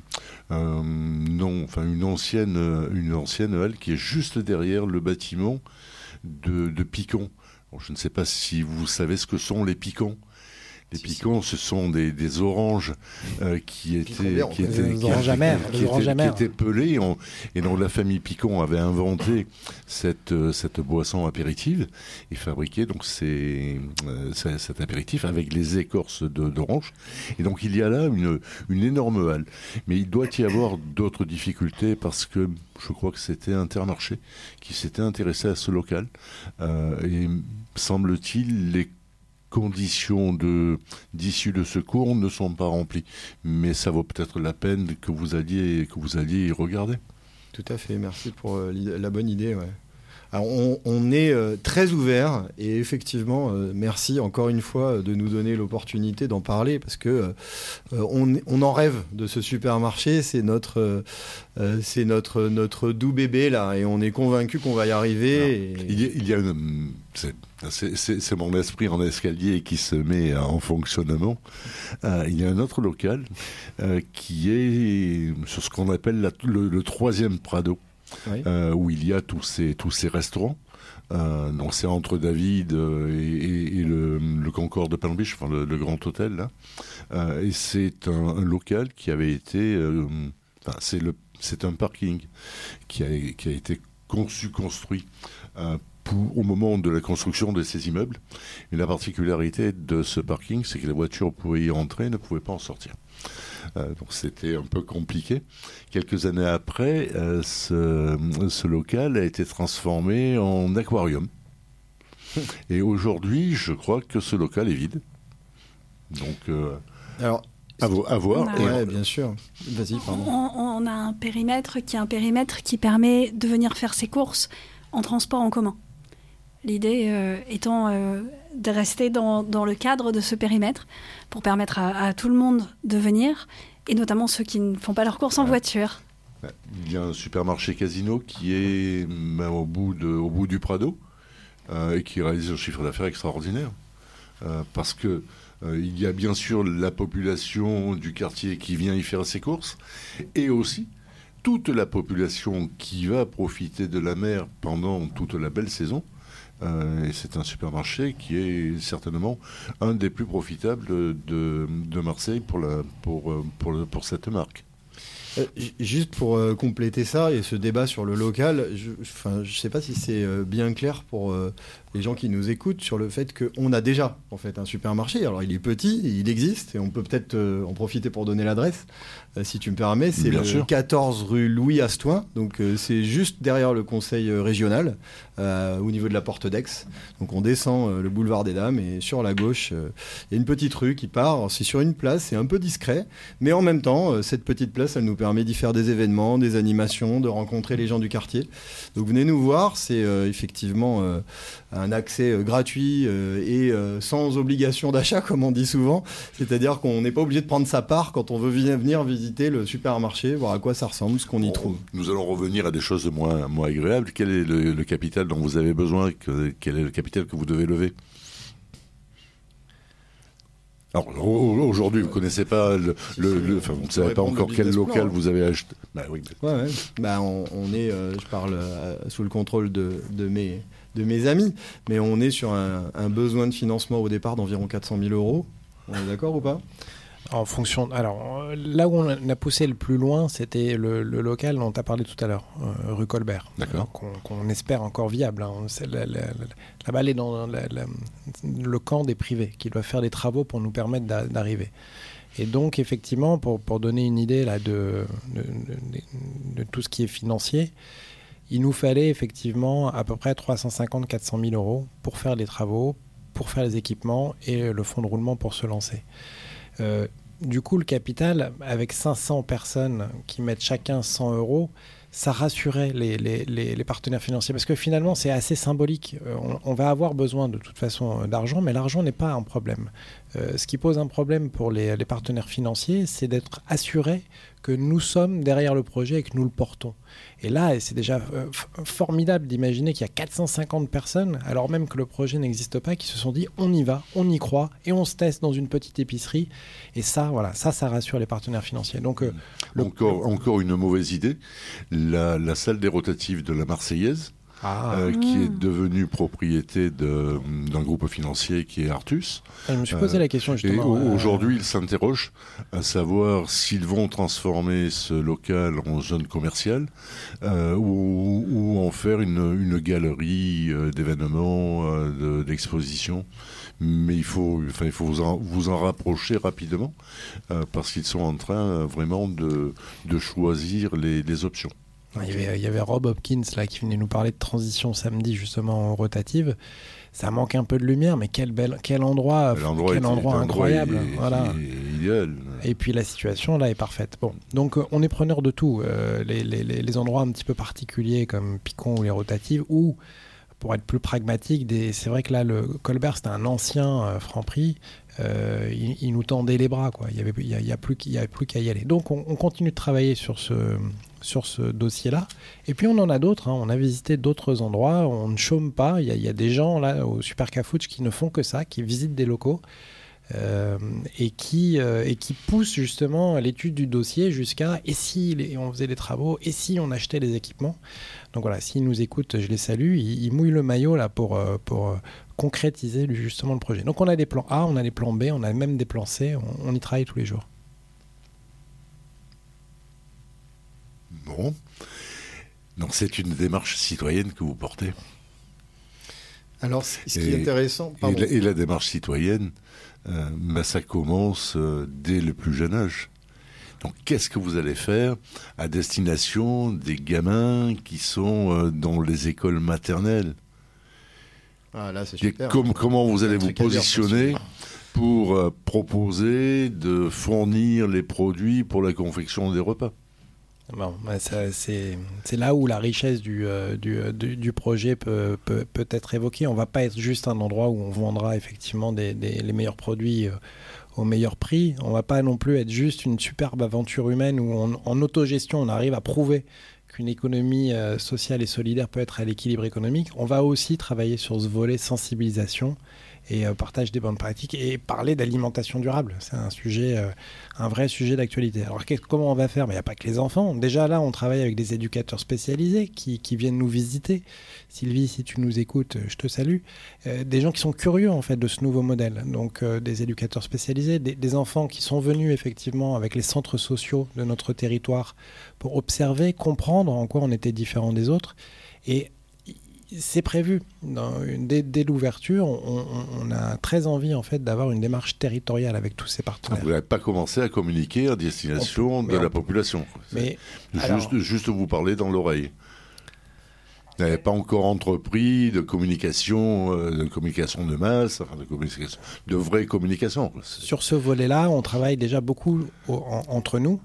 [SPEAKER 1] une ancienne halle qui est juste derrière le bâtiment de Picon. Alors, je ne sais pas si vous savez ce que sont les picons. Les picons, ce sont des oranges qui étaient pelées. Et donc la famille Picon avait inventé cette boisson apéritive et fabriqué donc cet apéritif avec les écorces d'orange. Et donc il y a là une énorme halle. Mais il doit y avoir d'autres difficultés parce que je crois que c'était Intermarché qui s'était intéressé à ce local. Et semble-t-il, les conditions d'issue de secours ne sont pas remplies. Mais ça vaut peut-être la peine que vous alliez y regarder.
[SPEAKER 3] Tout à fait, merci pour la bonne idée. Ouais. Alors on est très ouvert et effectivement, merci encore une fois de nous donner l'opportunité d'en parler parce que on en rêve de ce supermarché, c'est notre doux bébé là et on est convaincu qu'on va y arriver.
[SPEAKER 1] C'est mon esprit en escalier qui se met en fonctionnement. Il y a un autre local qui est sur ce qu'on appelle le troisième Prado. Oui. Où il y a tous ces restaurants. Donc c'est entre David et le Concorde de Palm Beach, enfin le grand hôtel là. Et c'est un local qui avait été, c'est un parking qui a été construit au moment de la construction de ces immeubles. Et la particularité de ce parking, c'est que les voitures pouvaient y entrer, ne pouvaient pas en sortir. Donc c'était un peu compliqué. Quelques années après, ce local a été transformé en aquarium. Et aujourd'hui, je crois que ce local est vide. Donc,
[SPEAKER 3] alors,
[SPEAKER 1] à voir.
[SPEAKER 3] Oui, bien sûr. Vas-y, pardon.
[SPEAKER 2] On a un périmètre qui permet de venir faire ses courses en transport en commun. L'idée étant de rester dans le cadre de ce périmètre pour permettre à tout le monde de venir, et notamment ceux qui ne font pas leurs courses en voiture.
[SPEAKER 1] Il y a un supermarché Casino qui est au bout du Prado et qui réalise un chiffre d'affaires extraordinaire. Parce que il y a bien sûr la population du quartier qui vient y faire ses courses, et aussi toute la population qui va profiter de la mer pendant toute la belle saison. Et c'est un supermarché qui est certainement un des plus profitables de Marseille pour cette marque.
[SPEAKER 3] Juste pour compléter ça et ce débat sur le local, je ne sais pas si c'est bien clair pour les gens qui nous écoutent sur le fait qu'on a déjà en fait un supermarché. Alors il est petit, il existe et on peut peut-être en profiter pour donner l'adresse si tu me permets. C'est
[SPEAKER 1] Bien
[SPEAKER 3] le
[SPEAKER 1] sûr.
[SPEAKER 3] 14 rue Louis Astoin, donc c'est juste derrière le conseil régional au niveau de la porte d'Aix. Donc on descend le boulevard des Dames et sur la gauche il y a une petite rue qui part. Alors, c'est sur une place, c'est un peu discret, mais en même temps cette petite place elle nous permet d'y faire des événements, des animations, de rencontrer les gens du quartier. Donc venez nous voir, c'est effectivement un accès gratuit et sans obligation d'achat, comme on dit souvent. C'est-à-dire qu'on n'est pas obligé de prendre sa part quand on veut venir visiter le supermarché, voir à quoi ça ressemble, ce qu'on y trouve.
[SPEAKER 1] Nous allons revenir à des choses moins agréables. Quel est le capital dont vous avez besoin? Quel est le capital que vous devez lever? Alors, aujourd'hui, vous ne connaissez pas enfin, vous ne savez pas encore quel local vous avez acheté. Bah, oui.
[SPEAKER 3] Ouais. Bah, on est, je parle sous le contrôle de mes amis, mais on est sur un besoin de financement au départ d'environ 400 000 euros. On est d'accord ou pas?
[SPEAKER 4] En fonction. Alors, là où on a poussé le plus loin, c'était le local dont tu as parlé tout à l'heure, rue Colbert.
[SPEAKER 1] D'accord.
[SPEAKER 4] Qu'on espère encore viable. Hein. La balle est dans le camp des privés qui doivent faire des travaux pour nous permettre d'arriver. Et donc, effectivement, pour donner une idée là, de tout ce qui est financier, il nous fallait effectivement à peu près 350-400 000 euros pour faire les travaux, pour faire les équipements et le fonds de roulement pour se lancer. Du coup, le capital, avec 500 personnes qui mettent chacun 100 euros, ça rassurait les partenaires financiers. Parce que finalement, c'est assez symbolique. On va avoir besoin de toute façon d'argent, mais l'argent n'est pas un problème. Ce qui pose un problème pour les partenaires financiers, c'est d'être assuré que nous sommes derrière le projet et que nous le portons. Et là, c'est déjà formidable d'imaginer qu'il y a 450 personnes, alors même que le projet n'existe pas, qui se sont dit on y va, on y croit et on se teste dans une petite épicerie. Et ça, voilà, ça rassure les partenaires financiers. Donc,
[SPEAKER 1] encore une mauvaise idée. La salle des rotatives de la Marseillaise, qui est devenue propriété d'un groupe financier qui est Artus.
[SPEAKER 4] Je me suis posé la question justement.
[SPEAKER 1] Et aujourd'hui, ils s'interrogent à savoir s'ils vont transformer ce local en zone commerciale ou en faire une galerie d'événements, d'expositions. Mais il faut vous en rapprocher rapidement parce qu'ils sont en train vraiment de choisir les options.
[SPEAKER 4] Il y avait Rob Hopkins là, qui venait nous parler de transition samedi justement en rotative. Ça manque un peu de lumière, mais quel endroit incroyable. Voilà.
[SPEAKER 1] Idéal.
[SPEAKER 4] Et puis la situation là est parfaite. Bon, donc on est preneur de tout. Les endroits un petit peu particuliers comme Picon ou les rotatives, ou pour être plus pragmatique, c'est vrai que là le Colbert c'était un ancien Franprix. Il nous tendait les bras, quoi. Il y a plus qu'à y aller. Donc on continue de travailler sur ce dossier-là. Et puis on en a d'autres. On a visité d'autres endroits. On ne chôme pas. Il y a des gens là au Super Cafouche qui ne font que ça, qui visitent des locaux et qui poussent justement l'étude du dossier jusqu'à et si on faisait des travaux, et si on achetait les équipements. Donc voilà, s'ils nous écoutent, je les salue. Ils mouillent le maillot là pour concrétiser justement le projet. Donc on a des plans A, on a des plans B, on a même des plans C. On y travaille tous les jours.
[SPEAKER 1] Bon. Donc c'est une démarche citoyenne que vous portez.
[SPEAKER 3] Alors ce qui est intéressant...
[SPEAKER 1] Et la démarche citoyenne, ça commence dès le plus jeune âge. Donc qu'est-ce que vous allez faire à destination des gamins qui sont dans les écoles maternelles?
[SPEAKER 3] Là, c'est super.
[SPEAKER 1] Comment vous allez vous positionner pour proposer de fournir les produits pour la confection des repas?
[SPEAKER 4] Bon, c'est là où la richesse du projet peut être évoquée. On ne va pas être juste un endroit où on vendra effectivement les meilleurs produits au meilleur prix. On ne va pas non plus être juste une superbe aventure humaine où en autogestion on arrive à prouver qu'une économie sociale et solidaire peut être à l'équilibre économique. On va aussi travailler sur ce volet sensibilisation et partage des bonnes pratiques et parler d'alimentation durable. C'est un vrai sujet d'actualité. Alors comment on va faire? Il n'y a pas que les enfants. Déjà là, on travaille avec des éducateurs spécialisés qui viennent nous visiter. Sylvie, si tu nous écoutes, je te salue. Des gens qui sont curieux en fait de ce nouveau modèle. Donc des éducateurs spécialisés, des enfants qui sont venus effectivement avec les centres sociaux de notre territoire pour observer, comprendre en quoi on était différent des autres. Et c'est prévu. Dès l'ouverture, on a très envie en fait d'avoir une démarche territoriale avec tous ces partenaires.
[SPEAKER 1] Vous n'avez pas commencé à communiquer à destination de la population. Juste vous parler dans l'oreille. Vous n'avez pas encore entrepris de communication de masse, de vraie communication.
[SPEAKER 4] Sur ce volet-là, on travaille déjà beaucoup entre nous.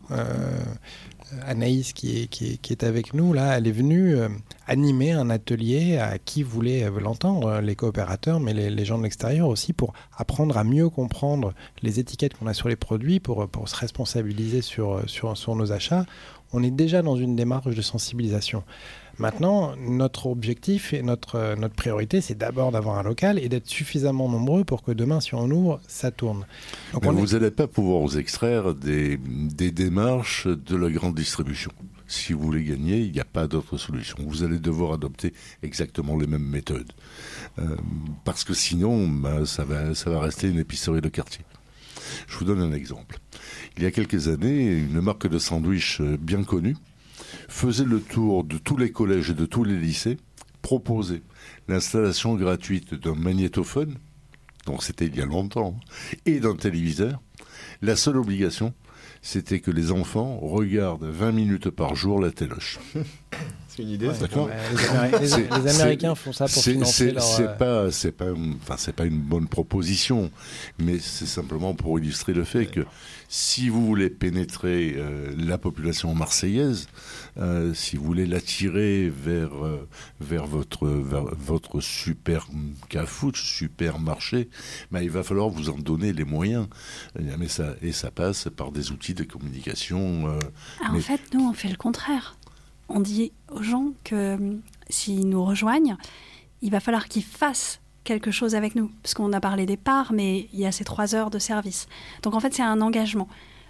[SPEAKER 4] Anaïs, qui est avec nous, là, elle est venue animer un atelier à qui voulait l'entendre, les coopérateurs, mais les gens de l'extérieur aussi, pour apprendre à mieux comprendre les étiquettes qu'on a sur les produits, pour se responsabiliser sur nos achats. On est déjà dans une démarche de sensibilisation. Maintenant, notre objectif et notre priorité, c'est d'abord d'avoir un local et d'être suffisamment nombreux pour que demain, si on ouvre, ça tourne. Donc
[SPEAKER 1] vous n'allez pas pouvoir vous extraire des démarches de la grande distribution. Si vous voulez gagner, il n'y a pas d'autre solution. Vous allez devoir adopter exactement les mêmes méthodes. Parce que sinon, ça va rester une épicerie de quartier. Je vous donne un exemple. Il y a quelques années, une marque de sandwich bien connue faisait le tour de tous les collèges et de tous les lycées, proposait l'installation gratuite d'un magnétophone, donc c'était il y a longtemps, et d'un téléviseur. La seule obligation, c'était que les enfants regardent 20 minutes par jour la téloche.
[SPEAKER 3] C'est une idée,
[SPEAKER 1] d'accord.
[SPEAKER 4] Les Américains font ça pour financer leur...
[SPEAKER 1] C'est pas une bonne proposition, mais c'est simplement pour illustrer le fait que si vous voulez pénétrer la population marseillaise, si vous voulez l'attirer vers votre super supermarché, il va falloir vous en donner les moyens. Et ça passe par des outils de communication.
[SPEAKER 2] En fait, nous, on fait le contraire. On dit aux gens que s'ils nous rejoignent, il va falloir qu'ils fassent quelque chose avec nous. Parce qu'on a parlé des parts, mais il y a ces 3 heures de service. Donc en fait, c'est un engagement.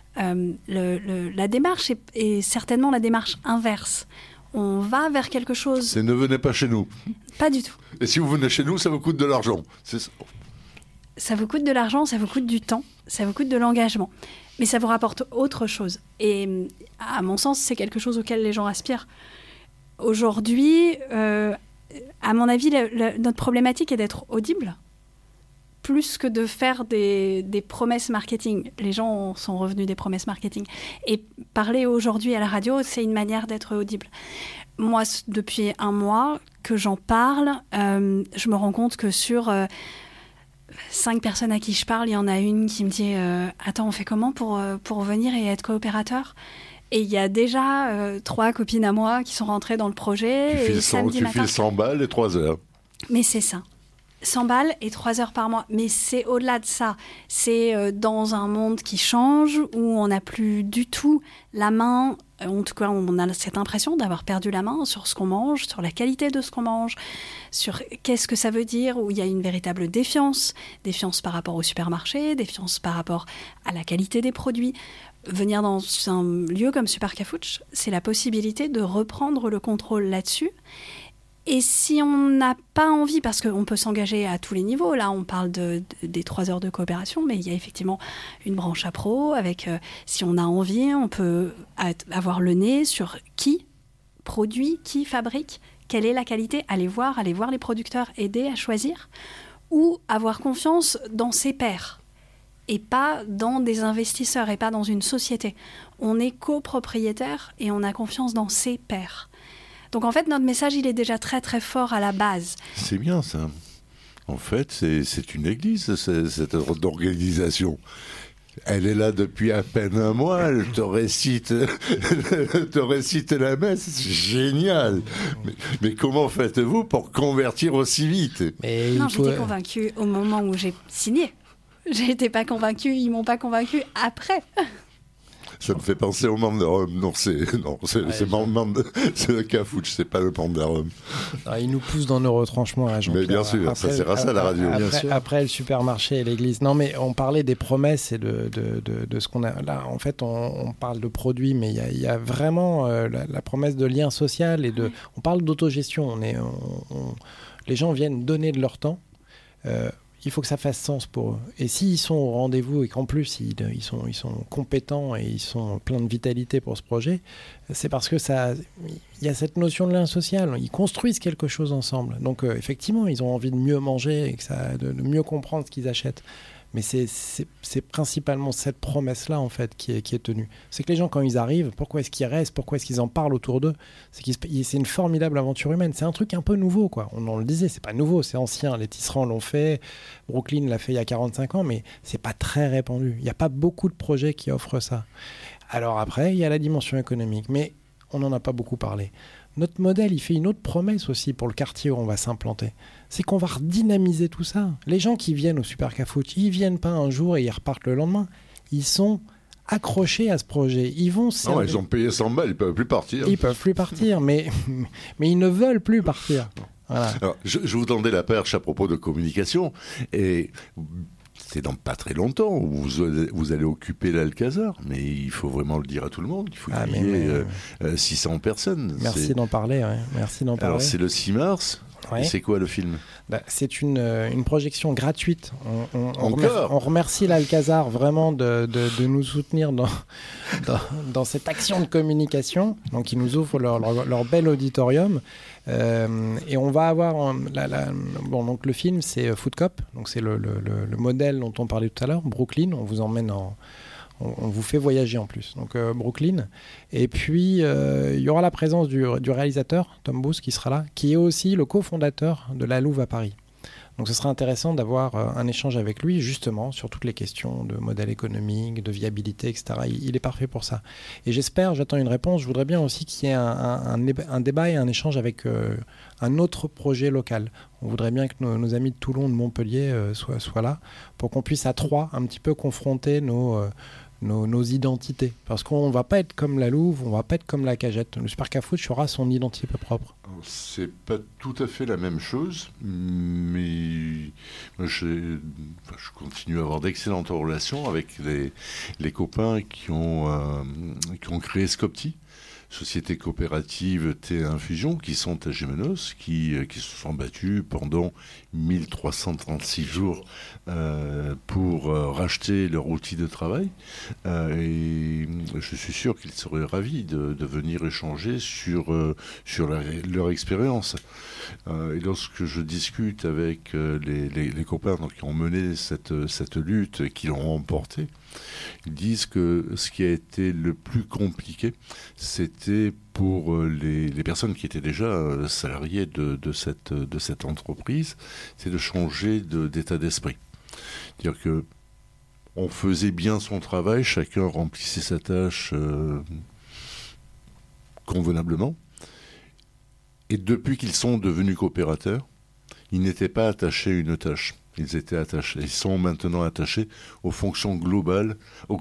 [SPEAKER 2] La démarche est certainement la démarche inverse. On va vers quelque chose...
[SPEAKER 1] C'est ne venez pas chez nous.
[SPEAKER 2] Pas du tout.
[SPEAKER 1] Et si vous venez chez nous, ça vous coûte de l'argent. C'est ça.
[SPEAKER 2] Ça vous coûte de l'argent, ça vous coûte du temps, ça vous coûte de l'engagement. Mais ça vous rapporte autre chose. Et à mon sens, c'est quelque chose auquel les gens aspirent. Aujourd'hui, à mon avis, notre problématique est d'être audible, plus que de faire des promesses marketing. Les gens sont revenus des promesses marketing. Et parler aujourd'hui à la radio, c'est une manière d'être audible. Moi, depuis 1 mois que j'en parle, je me rends compte que sur... 5 personnes à qui je parle, il y en a une qui me dit attends, on fait comment pour venir et être coopérateur ? Et il y a déjà 3 copines à moi qui sont rentrées dans le projet.
[SPEAKER 1] Tu files 100 balles et 3 heures.
[SPEAKER 2] Mais c'est ça. 100 balles et 3 heures par mois. Mais c'est au-delà de ça. C'est dans un monde qui change, où on n'a plus du tout la main. En tout cas, on a cette impression d'avoir perdu la main sur ce qu'on mange, sur la qualité de ce qu'on mange, sur qu'est-ce que ça veut dire, où il y a une véritable défiance par rapport au supermarché, défiance par rapport à la qualité des produits. Venir dans un lieu comme Super Cafouche, c'est la possibilité de reprendre le contrôle là-dessus. Et si on n'a pas envie, parce qu'on peut s'engager à tous les niveaux, là on parle des 3 heures de coopération, mais il y a effectivement une branche appro, avec si on a envie, on peut avoir le nez sur qui produit, qui fabrique, quelle est la qualité, aller voir les producteurs, aider à choisir, ou avoir confiance dans ses pairs, et pas dans des investisseurs, et pas dans une société. On est copropriétaire et on a confiance dans ses pairs. Donc en fait, notre message, il est déjà très très fort à la base.
[SPEAKER 1] C'est bien ça. En fait, c'est une église, cette organisation. Elle est là depuis à peine 1 mois, elle te récite la messe, c'est génial. Mais comment faites-vous pour convertir aussi vite ?
[SPEAKER 2] J'étais convaincue au moment où j'ai signé. J'étais pas convaincue, ils m'ont pas convaincue après.
[SPEAKER 1] Ça me fait penser au Mandarum. C'est le Cafouche, c'est pas le Mandarum.
[SPEAKER 4] Il nous pousse dans nos retranchements à Jean-Pierre.
[SPEAKER 1] Mais bien sûr, après, ça sert à ça la radio.
[SPEAKER 4] Après le supermarché et l'église. Non, mais on parlait des promesses et de ce qu'on a. Là, en fait, on parle de produits, mais il y a vraiment la promesse de lien social et on parle d'autogestion. Les gens viennent donner de leur temps. il faut que ça fasse sens pour eux. Et s'ils sont au rendez-vous et qu'en plus ils sont compétents et ils sont pleins de vitalité pour ce projet, c'est parce que il y a cette notion de lien social. Ils construisent quelque chose ensemble. Donc effectivement, ils ont envie de mieux manger et de mieux comprendre ce qu'ils achètent. Mais c'est principalement cette promesse-là, en fait, qui est tenue. C'est que les gens, quand ils arrivent, pourquoi est-ce qu'ils restent? Pourquoi est-ce qu'ils en parlent autour d'eux? C'est une formidable aventure humaine. C'est un truc un peu nouveau, quoi. On le disait, c'est pas nouveau, c'est ancien. Les tisserands l'ont fait, Brooklyn l'a fait il y a 45 ans, mais c'est pas très répandu. Il n'y a pas beaucoup de projets qui offrent ça. Alors après, il y a la dimension économique, mais on n'en a pas beaucoup parlé. Notre modèle, il fait une autre promesse aussi pour le quartier où on va s'implanter. C'est qu'on va redynamiser tout ça. Les gens qui viennent au Super Cafouche, ils viennent pas un jour et ils repartent le lendemain. Ils sont accrochés à ce projet. Ils ont
[SPEAKER 1] payé 100 balles, ils peuvent plus partir.
[SPEAKER 4] Ils peuvent plus partir, mais ils ne veulent plus partir. Voilà.
[SPEAKER 1] Alors, je vous tendais la perche à propos de communication, et c'est dans pas très longtemps où vous allez occuper l'Alcazar, mais il faut vraiment le dire à tout le monde. Il faut qu'il y ait 600 personnes.
[SPEAKER 4] Merci d'en parler. Ouais. Merci d'en parler.
[SPEAKER 1] Alors c'est le 6 mars. Ouais. Et c'est quoi le film?
[SPEAKER 4] C'est une projection gratuite. On remercie l'Alcazar vraiment de nous soutenir dans cette action de communication. Donc ils nous ouvrent leur bel auditorium. Et on va avoir donc le film, c'est Food Cop, donc c'est le modèle dont on parlait tout à l'heure, Brooklyn. On vous emmène on vous fait voyager en plus, donc Brooklyn. Et puis il y aura la présence du réalisateur Tom Booth qui sera là, qui est aussi le cofondateur de la Louve à Paris. Donc ce sera intéressant d'avoir un échange avec lui justement sur toutes les questions de modèle économique, de viabilité, etc. Il est parfait pour ça. Et j'attends une réponse. Je voudrais bien aussi qu'il y ait un débat et un échange avec un autre projet local. On voudrait bien que nos amis de Toulon, de Montpellier soient là pour qu'on puisse à trois un petit peu confronter nos identités. Parce qu'on ne va pas être comme la Louve, on ne va pas être comme la Cagette. Le Super Cafouche aura son identité propre.
[SPEAKER 1] C'est pas tout à fait la même chose, mais je continue à avoir d'excellentes relations avec les copains qui ont créé Scopti, société coopérative thé infusion, qui sont à Gémenos, qui se sont battus pendant 1336 jours pour racheter leur outil de travail. Et je suis sûr qu'ils seraient ravis de venir échanger sur leur expérience. Et lorsque je discute avec les copains qui ont mené cette lutte et qui l'ont remportée, ils disent que ce qui a été le plus compliqué, c'était pour les personnes qui étaient déjà salariées de cette entreprise, c'est de changer d'état d'esprit. C'est-à-dire que on faisait bien son travail, chacun remplissait sa tâche convenablement. Et depuis qu'ils sont devenus coopérateurs, ils n'étaient pas attachés à une tâche. Ils étaient attachés. Ils sont maintenant attachés au fonctionnement global,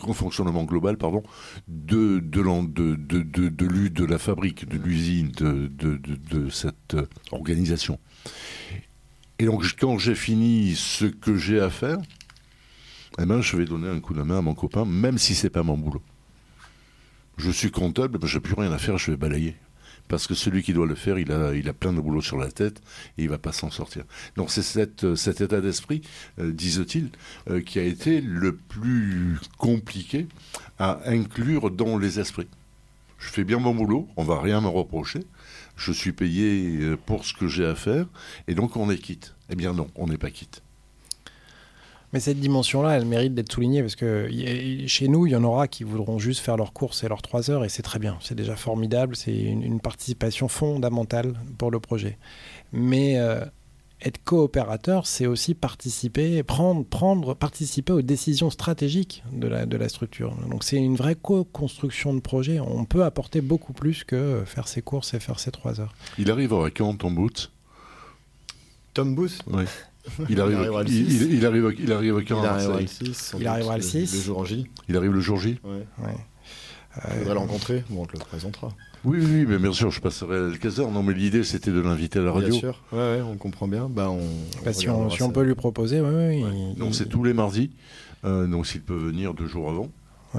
[SPEAKER 1] de la fabrique, de l'usine, de cette organisation. Et donc, quand j'ai fini ce que j'ai à faire, je vais donner un coup de main à mon copain, même si c'est pas mon boulot. Je suis comptable, j'ai plus rien à faire, je vais balayer. Parce que celui qui doit le faire, il a plein de boulot sur la tête et il va pas s'en sortir. Donc c'est cet état d'esprit, disent-ils, qui a été le plus compliqué à inclure dans les esprits. Je fais bien mon boulot, on va rien me reprocher, je suis payé pour ce que j'ai à faire, et donc on est quitte. Eh bien non, on n'est pas quitte.
[SPEAKER 4] Mais cette dimension-là, elle mérite d'être soulignée parce que chez nous, il y en aura qui voudront juste faire leurs courses et leurs 3 heures et c'est très bien. C'est déjà formidable. C'est une participation fondamentale pour le projet. Mais être coopérateur, c'est aussi participer aux décisions stratégiques de la structure. Donc c'est une vraie co-construction de projet. On peut apporter beaucoup plus que faire ses courses et faire ses 3 heures.
[SPEAKER 1] Il arrivera quand, Tom Booth?
[SPEAKER 3] Tom Booth?
[SPEAKER 1] Oui. Il arrive quand?
[SPEAKER 3] Il arrivera le 6. Le jour J.
[SPEAKER 1] Il arrive le jour J?
[SPEAKER 3] Ouais. Il faudrait le rencontrer. Bon, on te le présentera.
[SPEAKER 1] Oui, mais bien sûr, je passerai à l'Alcazar. Non, mais l'idée, c'était de l'inviter à la radio.
[SPEAKER 3] Bien sûr. Ouais, on comprend bien.
[SPEAKER 4] Si on peut lui proposer,
[SPEAKER 1] Donc, c'est tous les mardis. Donc, s'il peut venir 2 jours avant.
[SPEAKER 4] Ouais.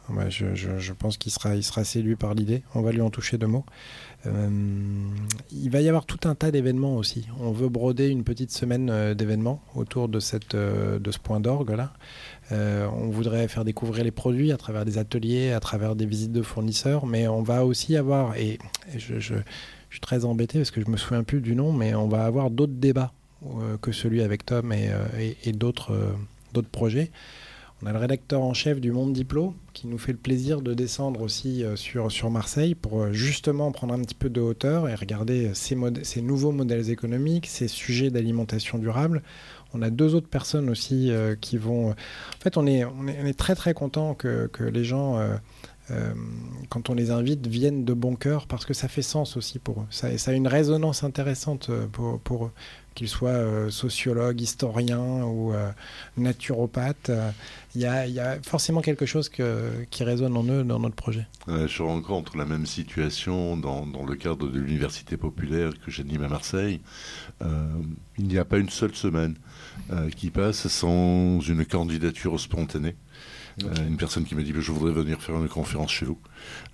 [SPEAKER 4] Ouais, je pense qu'il sera séduit par l'idée. On va lui en toucher 2 mots. Il va y avoir tout un tas d'événements aussi. On veut broder une petite semaine d'événements autour de ce point d'orgue là. On voudrait faire découvrir les produits à travers des ateliers, à travers des visites de fournisseurs, mais on va aussi avoir, et je suis très embêté parce que je me souviens plus du nom, mais on va avoir d'autres débats que celui avec Tom et d'autres projets. On a le rédacteur en chef du Monde Diplo qui nous fait le plaisir de descendre aussi sur Marseille pour justement prendre un petit peu de hauteur et regarder ces nouveaux modèles économiques, ces sujets d'alimentation durable. On a 2 autres personnes aussi qui vont... En fait, on est très très content que les gens, quand on les invite, viennent de bon cœur parce que ça fait sens aussi pour eux. Ça a une résonance intéressante pour eux. Qu'ils soient sociologues, historiens ou naturopathes, il y a forcément quelque chose qui résonne en eux dans notre projet.
[SPEAKER 1] Je rencontre la même situation dans le cadre de l'université populaire que j'anime à Marseille. Il n'y a pas une seule semaine qui passe sans une candidature spontanée. Une personne qui m'a dit « Je voudrais venir faire une conférence chez vous ».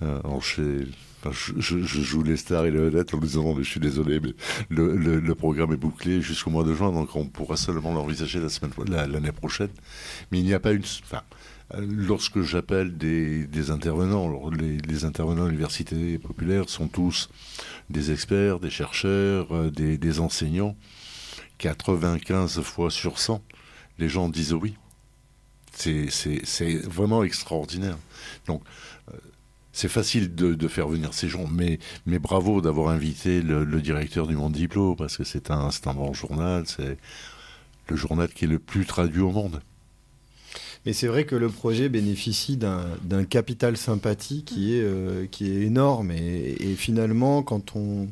[SPEAKER 1] Je joue les stars et les vedettes en disant je suis désolé, mais le programme est bouclé jusqu'au mois de juin, donc on pourra seulement l'envisager l'année prochaine. Mais il n'y a pas lorsque j'appelle des intervenants, les intervenants de l'université populaire sont tous des experts, des chercheurs, des enseignants. 95 fois sur 100, les gens disent oui. C'est vraiment extraordinaire. Donc, c'est facile de faire venir ces gens, mais bravo d'avoir invité le directeur du Monde Diplo, parce que c'est un bon journal, c'est le journal qui est le plus traduit au monde.
[SPEAKER 3] Mais c'est vrai que le projet bénéficie d'un capital sympathie qui est énorme et finalement quand on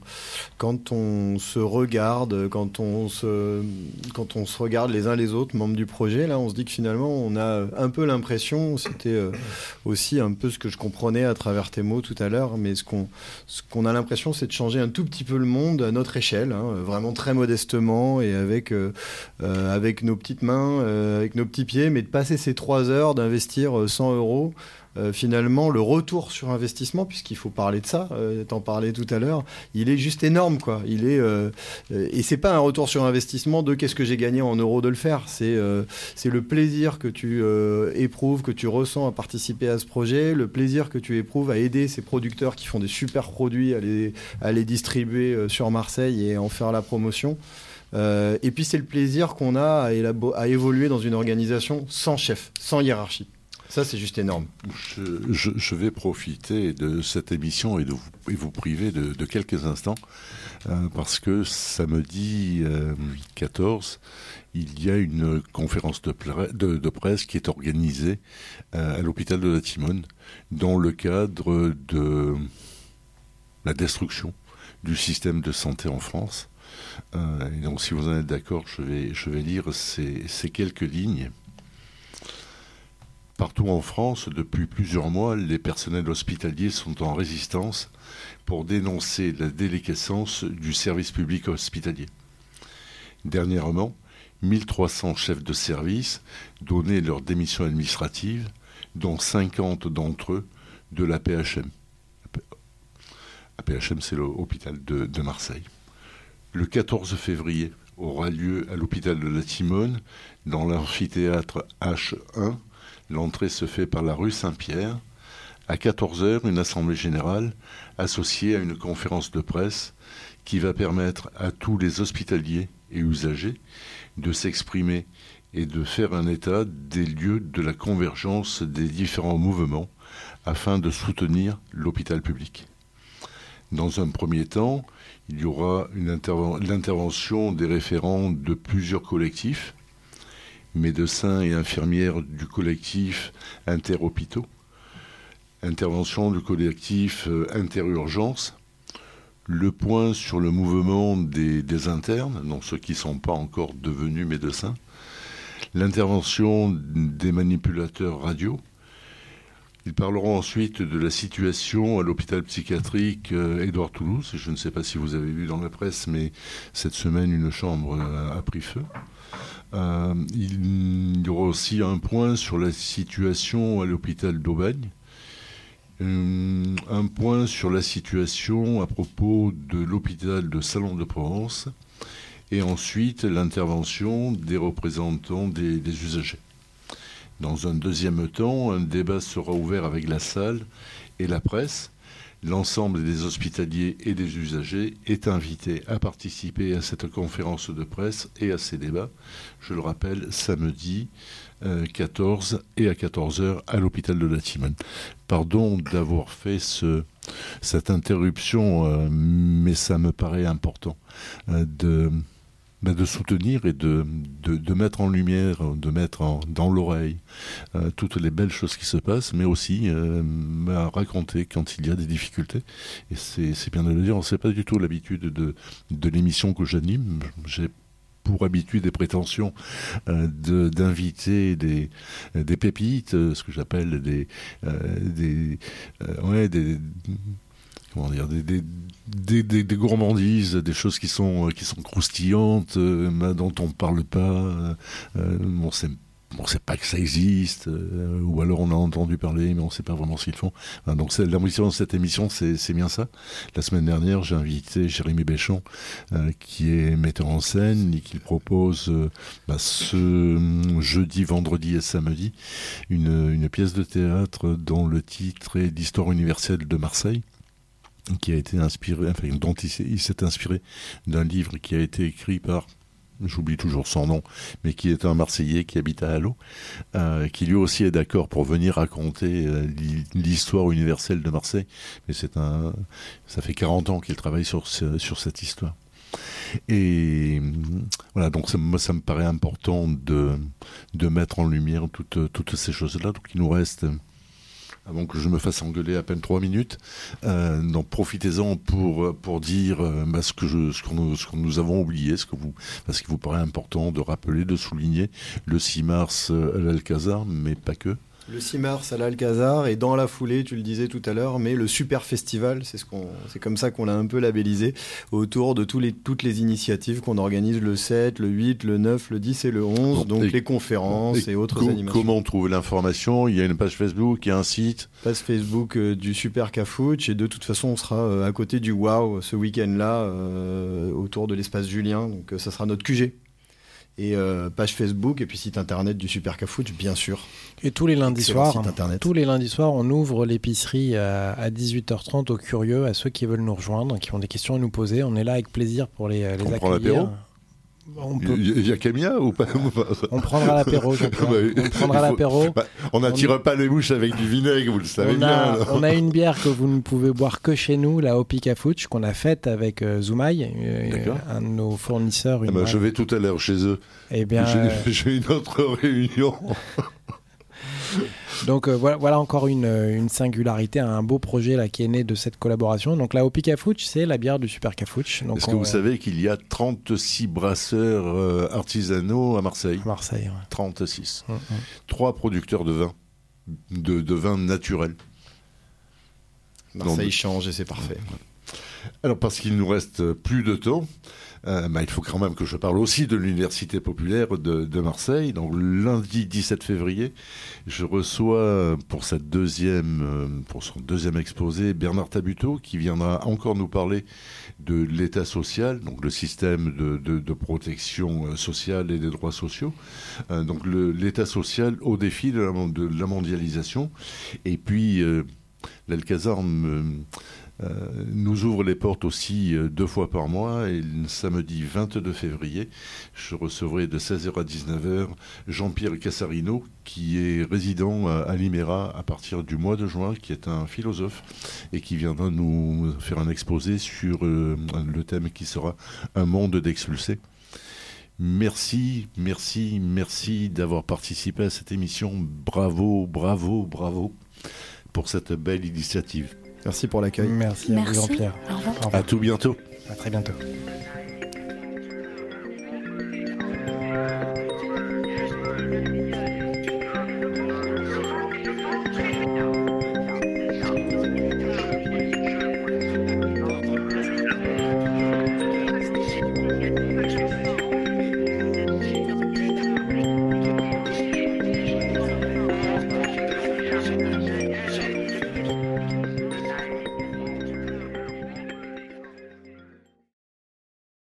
[SPEAKER 3] se regarde, quand on se regarde les uns les autres, membres du projet, là on se dit que finalement on a un peu l'impression, c'était aussi un peu ce que je comprenais à travers tes mots tout à l'heure, mais ce qu'on a l'impression c'est de changer un tout petit peu le monde à notre échelle, vraiment très modestement et avec nos petites mains, avec nos petits pieds, mais de passer ces 3 heures, d'investir 100 €. Finalement, le retour sur investissement, puisqu'il faut parler de ça, t'en parlais tout à l'heure, il est juste énorme, quoi. Et c'est pas un retour sur investissement de qu'est-ce que j'ai gagné en euros de le faire. C'est le plaisir que tu éprouves, que tu ressens à participer à ce projet, le plaisir que tu éprouves à aider ces producteurs qui font des super produits à les distribuer sur Marseille et en faire la promotion. Et puis c'est le plaisir qu'on a à évoluer dans une organisation sans chef, sans hiérarchie. Ça, c'est juste énorme.
[SPEAKER 1] Je vais profiter de cette émission et vous priver de quelques instants parce que samedi 14, il y a une conférence de presse qui est organisée à l'hôpital de la Timone dans le cadre de la destruction du système de santé en France. Et donc, si vous en êtes d'accord, je vais lire ces quelques lignes. Partout en France, depuis plusieurs mois, les personnels hospitaliers sont en résistance pour dénoncer la déliquescence du service public hospitalier. Dernièrement, 1300 chefs de service donnaient leur démission administrative, dont 50 d'entre eux de l'AP-HM. AP-HM, c'est l'hôpital de Marseille. Le 14 février aura lieu à l'hôpital de la Timone, dans l'amphithéâtre H1. L'entrée se fait par la rue Saint-Pierre. À 14h, une assemblée générale associée à une conférence de presse qui va permettre à tous les hospitaliers et usagers de s'exprimer et de faire un état des lieux de la convergence des différents mouvements afin de soutenir l'hôpital public. Dans un premier temps, il y aura l'intervention des référents de plusieurs collectifs, médecins et infirmières du collectif Interhôpitaux, intervention du collectif Interurgence, le point sur le mouvement des internes, donc ceux qui ne sont pas encore devenus médecins, l'intervention des manipulateurs radio. Ils parleront ensuite de la situation à l'hôpital psychiatrique Édouard Toulouse. Je ne sais pas si vous avez vu dans la presse, mais cette semaine, une chambre a pris feu. Il y aura aussi un point sur la situation à l'hôpital d'Aubagne, Un point sur la situation à propos de l'hôpital de Salon de Provence et ensuite l'intervention des représentants des usagers. Dans un deuxième temps, un débat sera ouvert avec la salle et la presse. L'ensemble des hospitaliers et des usagers est invité à participer à cette conférence de presse et à ces débats. Je le rappelle, samedi 14 et à 14h à l'hôpital de la Timone. Pardon d'avoir fait cette interruption, mais ça me paraît important de soutenir et de mettre en lumière, de mettre dans l'oreille toutes les belles choses qui se passent, mais aussi raconter quand il y a des difficultés. Et c'est bien de le dire, c'est pas du tout l'habitude de l'émission que j'anime. J'ai pour habitude et prétention d'inviter des pépites, ce que j'appelle comment dire, des gourmandises, des choses qui sont croustillantes, dont on ne parle pas, on ne sait pas que ça existe, ou alors on a entendu parler, mais on ne sait pas vraiment ce qu'ils font. Donc l'ambition de cette émission, c'est bien ça. La semaine dernière, j'ai invité Jérémy Béchon, qui est metteur en scène, et qui propose ce jeudi, vendredi et samedi, une pièce de théâtre dont le titre est l'Histoire universelle de Marseille, qui a été inspiré, dont il s'est inspiré d'un livre qui a été écrit par, j'oublie toujours son nom, mais qui est un Marseillais qui habite à Allo, qui lui aussi est d'accord pour venir raconter l'histoire universelle de Marseille. Mais ça fait 40 ans qu'il travaille sur cette histoire. Et voilà, donc ça me paraît important de mettre en lumière toutes ces choses-là. Donc il nous reste, avant que je me fasse engueuler, à peine 3 minutes. Donc profitez-en pour dire ce que nous avons oublié, parce qu'il vous paraît important de rappeler, de souligner le 6 mars à l'Alcazar, mais pas que.
[SPEAKER 3] Le 6 mars à l'Alcazar, et dans la foulée, tu le disais tout à l'heure, mais le Super Festival, c'est comme ça qu'on l'a un peu labellisé, autour de toutes les initiatives qu'on organise le 7, le 8, le 9, le 10 et le 11, donc les conférences et autres animations.
[SPEAKER 1] Comment trouver l'information ? Il y a une page Facebook, il y a un site.
[SPEAKER 3] Page Facebook du Super Cafouche, et de toute façon, on sera à côté du WOW ce week-end-là, autour de l'espace Julien, donc ça sera notre QG. Et page Facebook et puis site internet du Super Cafouche, bien sûr.
[SPEAKER 4] Et tous les lundis soirs, on ouvre l'épicerie à 18h30 aux curieux, à ceux qui veulent nous rejoindre, qui ont des questions à nous poser. On est là avec plaisir pour les accueillir.
[SPEAKER 1] On prend l'apéro ? Il y a Camilla ou pas ?
[SPEAKER 4] On prendra l'apéro, je crois. On prendra l'apéro.
[SPEAKER 1] On n'attire pas les mouches avec du vinaigre, vous le savez bien.
[SPEAKER 4] On a une bière que vous ne pouvez boire que chez nous, la Hopi Cafouche, qu'on a faite avec Zoumaï, un de nos fournisseurs.
[SPEAKER 1] Je vais tout à l'heure chez eux.
[SPEAKER 4] Eh bien,
[SPEAKER 1] j'ai une autre réunion.
[SPEAKER 4] Donc voilà encore une singularité, un beau projet là, qui est né de cette collaboration. Donc la Hopi Cafouche, c'est la bière du Super Cafouche.
[SPEAKER 1] Est-ce que vous savez qu'il y a 36 brasseurs artisanaux à Marseille ?
[SPEAKER 4] À Marseille, ouais.
[SPEAKER 1] 36. 3 producteurs de vin, de vin naturel.
[SPEAKER 3] Marseille change et c'est parfait.
[SPEAKER 1] Alors parce qu'il nous reste plus de temps, il faut quand même que je parle aussi de l'Université populaire de Marseille. Donc lundi 17 février, je reçois pour son deuxième exposé Bernard Tabuteau, qui viendra encore nous parler de l'État social, donc le système de protection sociale et des droits sociaux. Donc l'État social au défi de la mondialisation. Et puis l'Alcazar nous ouvre les portes aussi 2 fois par mois, et le samedi 22 février, je recevrai de 16h à 19h Jean-Pierre Cassarino, qui est résident à l'IMERA à partir du mois de juin, qui est un philosophe et qui viendra nous faire un exposé sur le thème qui sera un monde d'expulsés. Merci d'avoir participé à cette émission. Bravo pour cette belle initiative.
[SPEAKER 3] Merci pour l'accueil.
[SPEAKER 4] Merci à vous, Jean-Pierre.
[SPEAKER 2] Au revoir.
[SPEAKER 1] À tout bientôt.
[SPEAKER 4] À très bientôt.